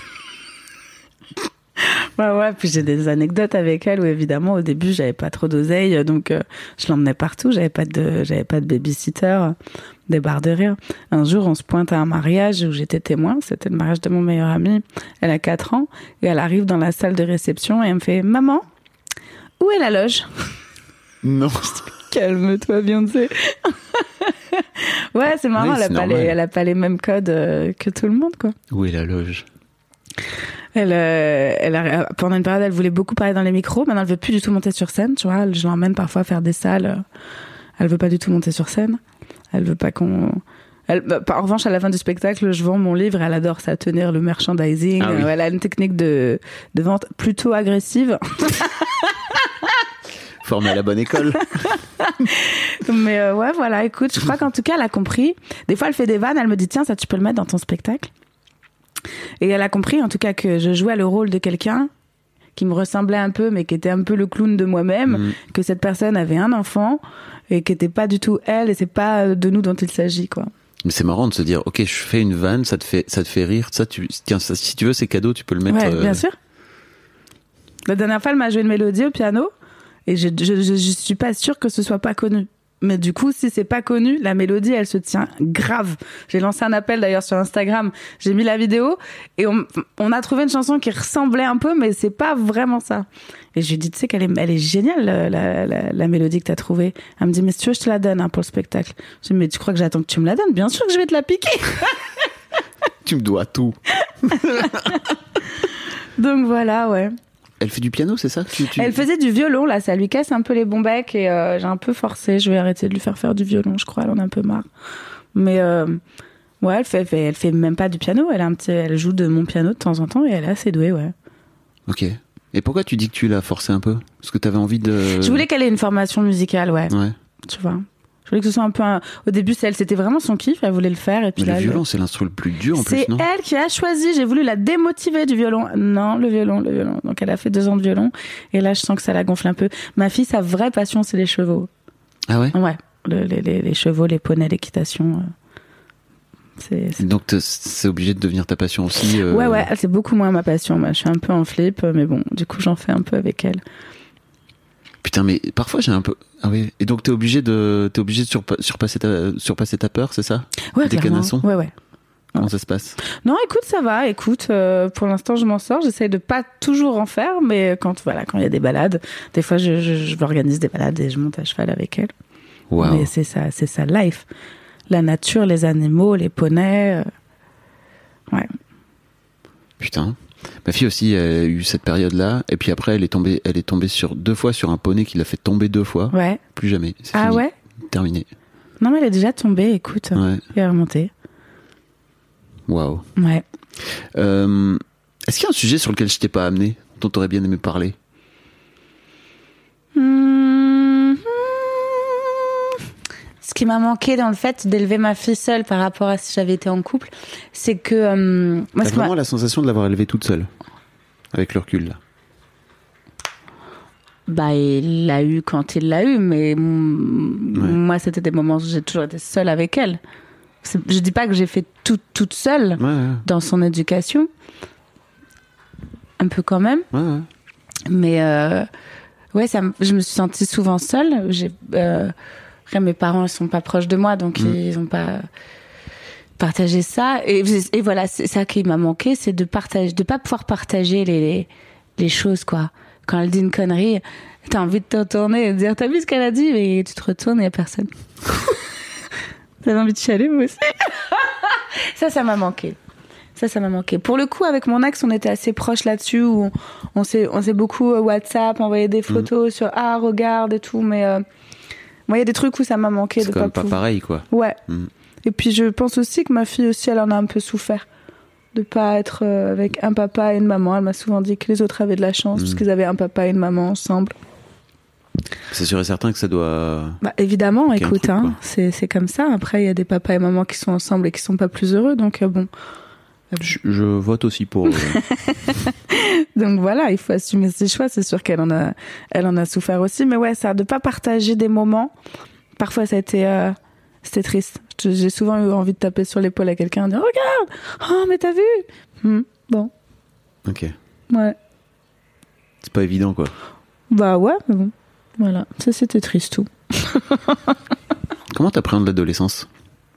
Ouais, ouais, puis j'ai des anecdotes avec elle où évidemment au début j'avais pas trop d'oseille, donc euh, je l'emmenais partout, j'avais pas de, j'avais pas de babysitter, euh, des barres de rire. Un jour on se pointe à un mariage où j'étais témoin, c'était le mariage de mon meilleur ami, elle a quatre ans, et elle arrive dans la salle de réception et elle me fait « Maman, où est la loge ?» Non. Calme-toi Beyoncé. Ouais, c'est marrant, oui, c'est elle, a pas les, elle a pas les mêmes codes euh, que tout le monde, quoi. Où est la loge ? Elle, euh, elle a, pendant une période, elle voulait beaucoup parler dans les micros. Maintenant, elle veut plus du tout monter sur scène. Tu vois, je l'emmène parfois faire des salles. Elle veut pas du tout monter sur scène. Elle veut pas qu'on. Elle, bah, en revanche, à la fin du spectacle, je vends mon livre. Elle adore ça, tenir le merchandising. Ah oui. Elle a une technique de, de vente plutôt agressive. Formée à la bonne école. Mais euh, ouais, voilà, écoute, je crois qu'en tout cas, elle a compris. Des fois, elle fait des vannes, elle me dit, tiens, ça, tu peux le mettre dans ton spectacle. Et elle a compris, en tout cas, que je jouais le rôle de quelqu'un qui me ressemblait un peu, mais qui était un peu le clown de moi-même, mmh. que cette personne avait un enfant et qui n'était pas du tout elle, et c'est pas de nous dont il s'agit, quoi. Mais c'est marrant de se dire, ok, je fais une vanne, ça te fait, ça te fait rire, ça, tu, tiens, ça, si tu veux, c'est cadeau, tu peux le mettre. Ouais, euh... bien sûr. La dernière fois, elle m'a joué une mélodie au piano, et je, je, je, je suis pas sûre que ce soit pas connu. Mais du coup, si c'est pas connu, la mélodie, elle se tient grave. J'ai lancé un appel d'ailleurs sur Instagram. J'ai mis la vidéo et on, on a trouvé une chanson qui ressemblait un peu, mais c'est pas vraiment ça. Et je lui ai dit, tu sais qu'elle est, elle est géniale, la, la, la, la mélodie que t'as trouvée. Elle me dit, mais si tu veux, je te la donne hein, pour le spectacle. Je lui ai dit, mais tu crois que j'attends que tu me la donnes? Bien sûr que je vais te la piquer. Tu me dois tout. Donc voilà, ouais. Elle fait du piano, c'est ça tu, tu... Elle faisait du violon, là, ça lui casse un peu les bons becs et euh, j'ai un peu forcé. Je vais arrêter de lui faire faire du violon, je crois, elle en a un peu marre. Mais euh, ouais, elle fait, fait, elle fait même pas du piano, elle, a un petit, elle joue de mon piano de temps en temps et elle est assez douée, ouais. Ok. Et pourquoi tu dis que tu l'as forcé un peu? Parce que t'avais envie de... Je voulais qu'elle ait une formation musicale, ouais. Ouais. Tu vois. Je voulais que ce soit un peu un... Au début, c'est elle, c'était vraiment son kiff, elle voulait le faire. Et puis Mais là, le violon, elle... c'est l'instrument le plus dur en c'est plus, non? elle qui a choisi, j'ai voulu la démotiver du violon. Non, le violon, le violon. Donc elle a fait deux ans de violon. Et là, je sens que ça la gonfle un peu. Ma fille, sa vraie passion, c'est les chevaux. Ah ouais? Ouais. Le, les, les, les chevaux, les poneys, l'équitation. C'est, c'est... Donc c'est obligé de devenir ta passion aussi euh... Ouais, ouais, c'est beaucoup moins ma passion. Moi, je suis un peu en flip, mais bon, du coup, j'en fais un peu avec elle. Putain, mais parfois j'ai un peu. Ah oui. Et donc t'es obligé de, t'es obligé de surpa... surpasser ta, surpasser ta peur, c'est ça? Ouais, des clairement. canassons. Ouais, ouais. Comment ça se passe? Non, écoute, ça va. Écoute, euh, pour l'instant, je m'en sors. J'essaie de pas toujours en faire, mais quand voilà, quand il y a des balades, des fois, je, je, je organise des balades et je monte à cheval avec elle. Wow. Mais c'est ça, c'est ça, life. La nature, les animaux, les poneys. Euh... Ouais. Putain. Ma fille aussi a eu cette période-là, et puis après elle est tombée, elle est tombée sur deux fois sur un poney qui l'a fait tomber deux fois. Ouais. Plus jamais. C'est ah fini. ouais. Terminé. Non mais elle est déjà tombée. Écoute. Ouais. Elle est remontée. Waouh. Ouais. Euh, est-ce qu'il y a un sujet sur lequel je t'ai pas amené, dont t'aurais bien aimé parler? Mmh. Ce qui m'a manqué dans le fait d'élever ma fille seule par rapport à si j'avais été en couple, c'est que... Euh, moi, T'as ce vraiment m'a... la sensation de l'avoir élevée toute seule, avec le recul, là? Bah, il l'a eu quand il l'a eu, mais ouais. Moi, c'était des moments où j'ai toujours été seule avec elle. C'est... Je dis pas que j'ai fait tout toute seule ouais, ouais. dans son éducation. Un peu quand même. Ouais, ouais. Mais, euh, ouais, ça, je me suis sentie souvent seule. J'ai... Euh, Après, mes parents ne sont pas proches de moi, donc mmh. ils n'ont pas partagé ça. Et, et voilà, c'est ça qui m'a manqué, c'est de partager, de pas pouvoir partager les, les, les choses, quoi. Quand elle dit une connerie, t'as envie de te retourner et de dire, t'as vu ce qu'elle a dit? Mais tu te retournes et il n'y a personne. T'as envie de chialer, moi aussi. Ça, ça m'a manqué. Ça, ça m'a manqué. Pour le coup, avec mon ex, on était assez proches là-dessus, où on, on, s'est, on s'est beaucoup WhatsApp, envoyé des photos mmh. sur, ah, regarde et tout, mais... Euh, moi, il y a des trucs où ça m'a manqué. C'est de quand pas même pas pouvoir... pareil, quoi. Ouais. Mm. Et puis, je pense aussi que ma fille aussi, elle en a un peu souffert. De pas être euh, avec un papa et une maman. Elle m'a souvent dit que les autres avaient de la chance, mm. parce qu'ils avaient un papa et une maman ensemble. C'est sûr et certain que ça doit... Bah, évidemment, écoute, truc, hein, c'est, c'est comme ça. Après, il y a des papas et mamans qui sont ensemble et qui sont pas plus heureux, donc euh, bon... Je, je vote aussi pour... Euh... Donc voilà, il faut assumer ses choix. C'est sûr qu'elle en a, elle en a souffert aussi. Mais ouais, ça, de pas partager des moments, parfois ça a été, euh, c'était triste. J'ai souvent eu envie de taper sur l'épaule à quelqu'un et dire, regarde, oh mais t'as vu? Hum, bon. Ok. Ouais. C'est pas évident, quoi. Bah ouais, mais bon. Voilà, ça c'était triste tout. Comment t'appréhendes l'adolescence?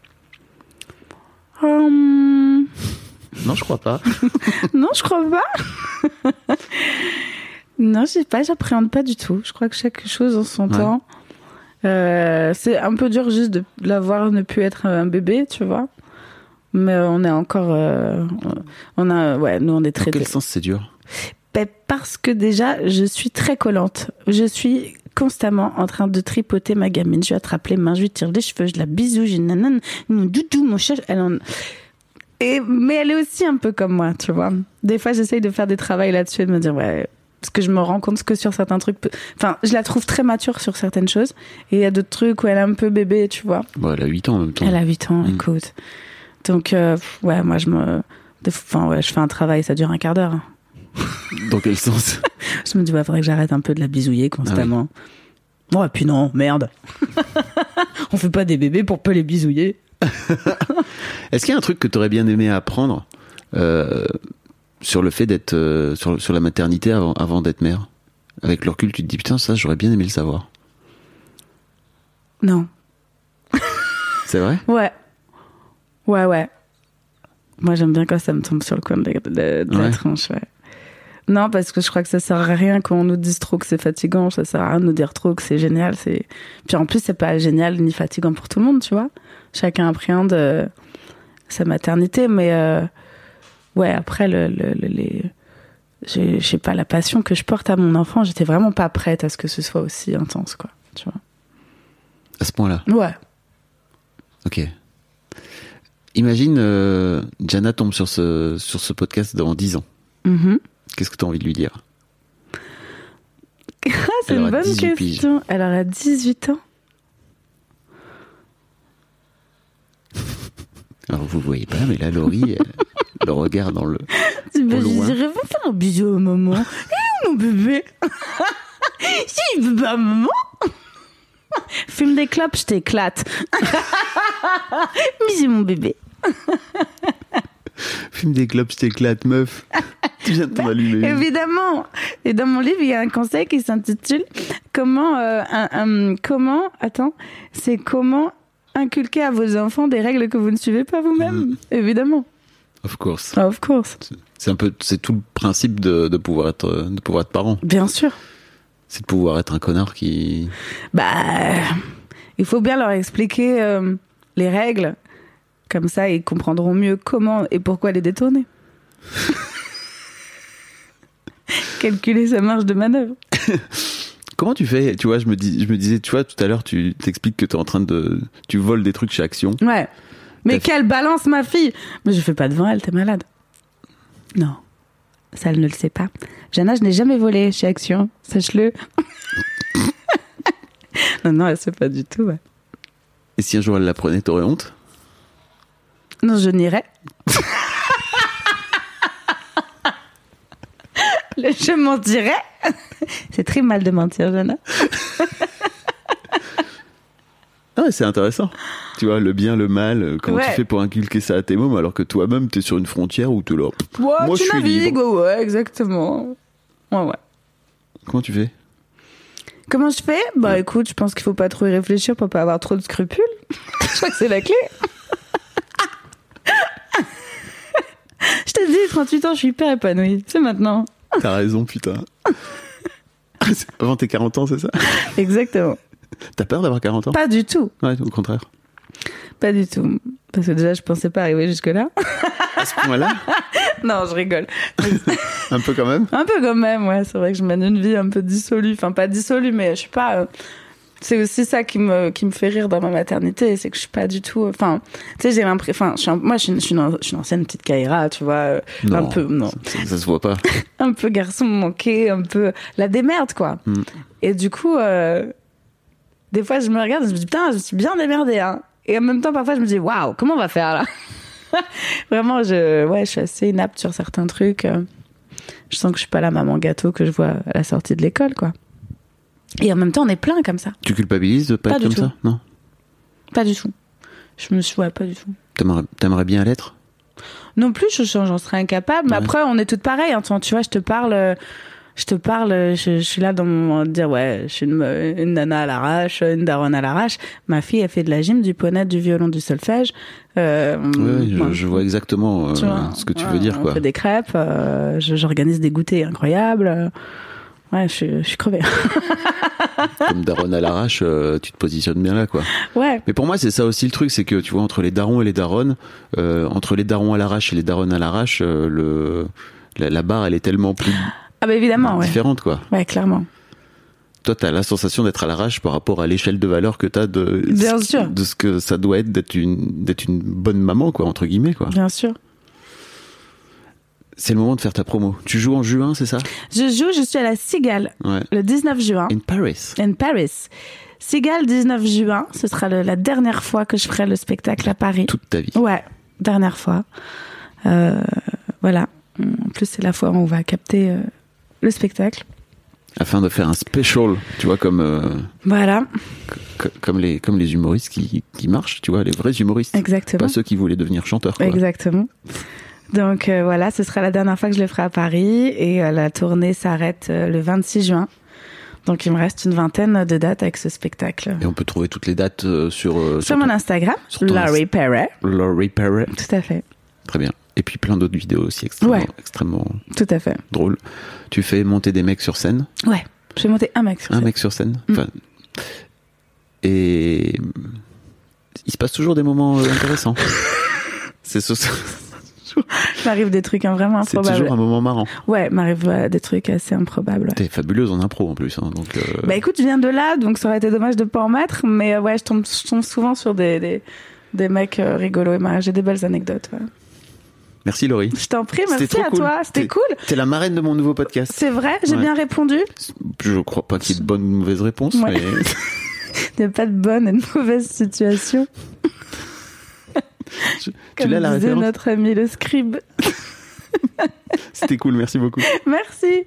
Hum... Non, je crois pas. Non, je crois pas. Non, je sais pas, j'appréhende pas du tout. Je crois que chaque chose en son ouais. temps. Euh, c'est un peu dur juste de l'avoir ne plus être un bébé, tu vois. Mais on est encore, euh, on a, ouais, nous on est très. Dans quel sens c'est dur? Ben parce que déjà, je suis très collante. Je suis constamment en train de tripoter ma gamine. Je lui attrape les mains, je lui tire les cheveux, je la bisou, j'ai nanane, mon doudou, mon chat. Elle en... Et, mais elle est aussi un peu comme moi, tu vois. Des fois, j'essaye de faire des travails là-dessus et de me dire, ouais, parce que je me rends compte que sur certains trucs, enfin, je la trouve très mature sur certaines choses. Et il y a d'autres trucs où elle est un peu bébé, tu vois. Bon, elle a huit ans en même temps. Elle a huit ans, mmh. écoute. Donc, euh, ouais, moi, je me, enfin, ouais, je fais un travail, ça dure un quart d'heure. Dans quel sens? Je me dis, ouais, faudrait que j'arrête un peu de la bisouiller constamment. Ah oui. Ouais, puis non, merde. On fait pas des bébés pour peu les bisouiller. Est-ce qu'il y a un truc que tu aurais bien aimé apprendre euh, sur le fait d'être euh, sur, sur la maternité avant, avant d'être mère? Avec le recul, tu te dis putain, ça j'aurais bien aimé le savoir. Non. C'est vrai? Ouais. Ouais, ouais. Moi, j'aime bien quand ça me tombe sur le coin de la, de, de ouais. la tranche, ouais. Non, parce que je crois que ça sert à rien qu'on nous dise trop que c'est fatigant, ça sert à rien de nous dire trop que c'est génial. C'est... Puis en plus, c'est pas génial ni fatigant pour tout le monde, tu vois. Chacun appréhende euh, sa maternité, mais euh, ouais, après, le, le, le, les... je sais pas, la passion que je porte à mon enfant, j'étais vraiment pas prête à ce que ce soit aussi intense, quoi, tu vois. À ce point-là? Ouais. Ok. Imagine, euh, Jana tombe sur ce, sur ce podcast dans dix ans. Mm-hmm. Qu'est-ce que tu as envie de lui dire? Ah, c'est Elle une bonne question. piges. Elle aura dix-huit ans. Alors vous voyez pas, mais là, Laurie, elle, le regard dans le. Je dirais, va faire un bisou à maman. Eh, mon bébé. Si il veut pas maman. Fume des clopes, je t'éclate. Bisous, mon bébé. Fume des clopes, je t'éclate, meuf. Tu viens de t'en allumer. Évidemment. Et dans mon livre, il y a un conseil qui s'intitule Comment, euh, un, un, comment, attends, c'est comment inculquer à vos enfants des règles que vous ne suivez pas vous-même. Mmh. Évidemment. Of course. Of course. C'est un peu, c'est tout le principe de, de pouvoir être, de pouvoir être parent. Bien sûr. C'est de pouvoir être un connard qui. Bah, il faut bien leur expliquer euh, les règles. Comme ça, ils comprendront mieux comment et pourquoi les détourner. Calculer sa marge de manœuvre. Comment tu fais? Tu vois, je me, dis, je me disais, tu vois, tout à l'heure, tu t'expliques que tu es en train de. Tu voles des trucs chez Action. Ouais. Mais T'as quelle balance, ma fille! Mais je fais pas devant elle, t'es malade. Non. Ça, elle ne le sait pas. Jana, je n'ai jamais volé chez Action. Sache-le. non, non, elle sait pas du tout, ouais. Et si un jour elle l'apprenait, t'aurais honte? Non, je n'irais. Je mentirais. C'est très mal de mentir, Jana. Ah ouais, c'est intéressant. Tu vois, le bien, le mal, comment ouais. tu fais pour inculquer ça à tes mômes alors que toi-même, t'es sur une frontière où t'es là. Ouais, moi, tu je suis navigues, libre. Ouais, exactement. Ouais, ouais. Comment tu fais? Comment je fais? Bah ouais. Écoute, je pense qu'il faut pas trop y réfléchir pour pas avoir trop de scrupules. Je crois que c'est la clé. Je te dis, trente-huit ans, je suis hyper épanouie. C'est maintenant. T'as raison, putain. Avant tes quarante ans, c'est ça? Exactement. T'as peur d'avoir quarante ans? Pas du tout. Ouais, au contraire. Pas du tout. Parce que déjà, je pensais pas arriver jusque-là. À ce point-là? Non, je rigole. Un peu quand même? Un peu quand même, ouais. C'est vrai que je mène une vie un peu dissolue. Enfin, pas dissolue, mais je suis pas... Euh... C'est aussi ça qui me, qui me fait rire dans ma maternité, c'est que je suis pas du tout... Enfin, tu sais, j'ai l'impression... Enfin, je suis un... moi, je suis, une, je, suis une, je suis une ancienne petite Kaira, tu vois. Non, un peu... Non, ça, ça se voit pas. Un peu garçon manqué, un peu... La démerde, quoi. Mm. Et du coup, euh... des fois, je me regarde et je me dis, putain, je suis bien démerdée, hein. Et en même temps, parfois, je me dis, waouh, comment on va faire, là? Vraiment, je... Ouais, je suis assez inapte sur certains trucs. Je sens que je suis pas la maman gâteau que je vois à la sortie de l'école, quoi. Et en même temps, on est plein comme ça. Tu culpabilises de pas, pas être comme tout. Ça? Non. Pas du tout. Je me suis, ouais, pas du tout. T'aimerais, t'aimerais bien l'être? Non plus, je, j'en serais incapable. Mais ouais. Après, on est toutes pareilles. Hein. Tu vois, je te parle, je te parle, je, je suis là dans mon dire, ouais, je suis une, une nana à l'arrache, une daronne à l'arrache. Ma fille, elle fait de la gym, du poney, du violon, du solfège. Euh, oui, je, je vois exactement euh, vois, ce que tu ouais, veux dire, on quoi. On fait des crêpes, euh, j'organise des goûters incroyables. Ouais, je suis, je suis crevée. Comme daronne à l'arrache, euh, tu te positionnes bien là, quoi. Ouais. Mais pour moi, c'est ça aussi le truc, c'est que tu vois, entre les darons et les daronnes, euh, entre les darons à l'arrache et les daronnes à l'arrache, euh, le, la, la barre, elle est tellement plus ah bah évidemment, différente, ouais. quoi. Ouais, clairement. toi, t'as la sensation d'être à l'arrache par rapport à l'échelle de valeur que t'as de, Bien sûr. de ce que ça doit être d'être une, d'être une bonne maman, quoi, entre guillemets, quoi. Bien sûr. C'est le moment de faire ta promo. Tu joues en juin, c'est ça? Je joue, je suis à la Cigale, Ouais. le dix-neuf juin. In Paris. In Paris. Cigale, dix-neuf juin. Ce sera le- la dernière fois que je ferai le spectacle à Paris. Toute ta vie. Ouais, dernière fois. Euh, voilà. En plus, c'est la fois où on va capter euh, le spectacle. Afin de faire un special, tu vois, comme, euh, Voilà, c- comme, les, comme les humoristes qui, qui marchent, tu vois, les vrais humoristes. exactement. Pas ceux qui voulaient devenir chanteurs, quoi. Exactement. Donc euh, voilà, ce sera la dernière fois que je le ferai à Paris et euh, la tournée s'arrête euh, le vingt-six juin. Donc il me reste une vingtaine de dates avec ce spectacle. Et on peut trouver toutes les dates euh, sur, euh, Sur ton- mon Instagram, sur ton Laurie Perret. Laurie Perret. Tout à fait, Très bien. Et puis plein d'autres vidéos aussi extrêmement, Ouais. extrêmement tout à fait. drôles. Tu fais monter des mecs sur scène. Ouais, je vais monter un mec sur Un scène. mec sur scène. Mm. Enfin, et il se passe toujours des moments euh, intéressants. C'est ce- M'arrive des trucs hein, vraiment c'est improbables. toujours un moment marrant. Ouais, m'arrive euh, des trucs assez improbables. Ouais. T'es fabuleuse en impro en plus. Hein, donc, euh, Bah écoute, je viens de là, donc ça aurait été dommage de pas en mettre, mais euh, ouais, je tombe, je tombe souvent sur des, des, des mecs euh, rigolos et marrants. J'ai des belles anecdotes. Ouais. Merci Laurie. Je t'en prie, C'était merci trop à cool. toi, c'était T'es- cool. T'es la marraine de mon nouveau podcast. C'est vrai, j'ai Ouais. bien répondu. Je crois pas qu'il y ait de bonnes ou de mauvaises réponses. Ouais. Mais... Il n'y a pas de bonne et de mauvaise situation. tu Comme l'as la disait référence. notre ami le scribe. C'était cool, merci beaucoup. Merci.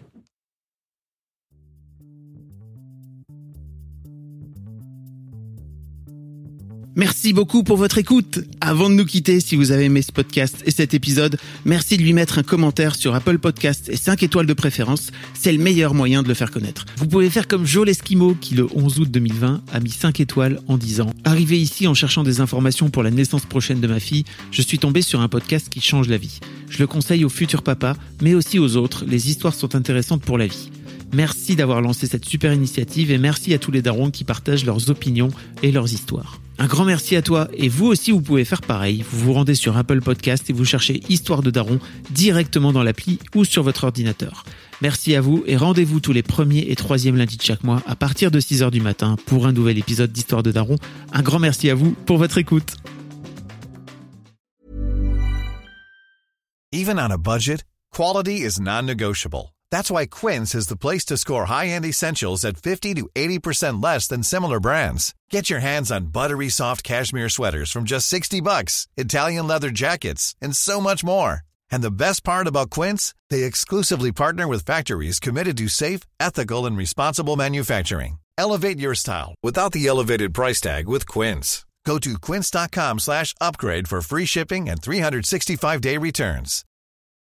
Merci beaucoup pour votre écoute. Avant de nous quitter, si vous avez aimé ce podcast et cet épisode, merci de lui mettre un commentaire sur Apple Podcasts et cinq étoiles de préférence. C'est le meilleur moyen de le faire connaître. Vous pouvez faire comme Joe l'Esquimau qui, le onze août deux mille vingt, a mis cinq étoiles en disant « Arrivé ici en cherchant des informations pour la naissance prochaine de ma fille, je suis tombé sur un podcast qui change la vie. Je le conseille aux futurs papas, mais aussi aux autres. Les histoires sont intéressantes pour la vie. » Merci d'avoir lancé cette super initiative et merci à tous les darons qui partagent leurs opinions et leurs histoires. Un grand merci à toi et vous aussi vous pouvez faire pareil. Vous vous rendez sur Apple Podcast et vous cherchez Histoire de Daron directement dans l'appli ou sur votre ordinateur. Merci à vous et rendez-vous tous les premiers et troisièmes lundis de chaque mois à partir de six heures du matin pour un nouvel épisode d'Histoire de Daron. Un grand merci à vous pour votre écoute. Even on a budget, quality is non-negotiable. That's why Quince is the place to score high-end essentials at fifty to eighty percent less than similar brands. Get your hands on buttery soft cashmere sweaters from just sixty bucks, Italian leather jackets, and so much more. And the best part about Quince, they exclusively partner with factories committed to safe, ethical, and responsible manufacturing. Elevate your style without the elevated price tag with Quince. Go to quince.com slash upgrade for free shipping and three sixty-five day returns.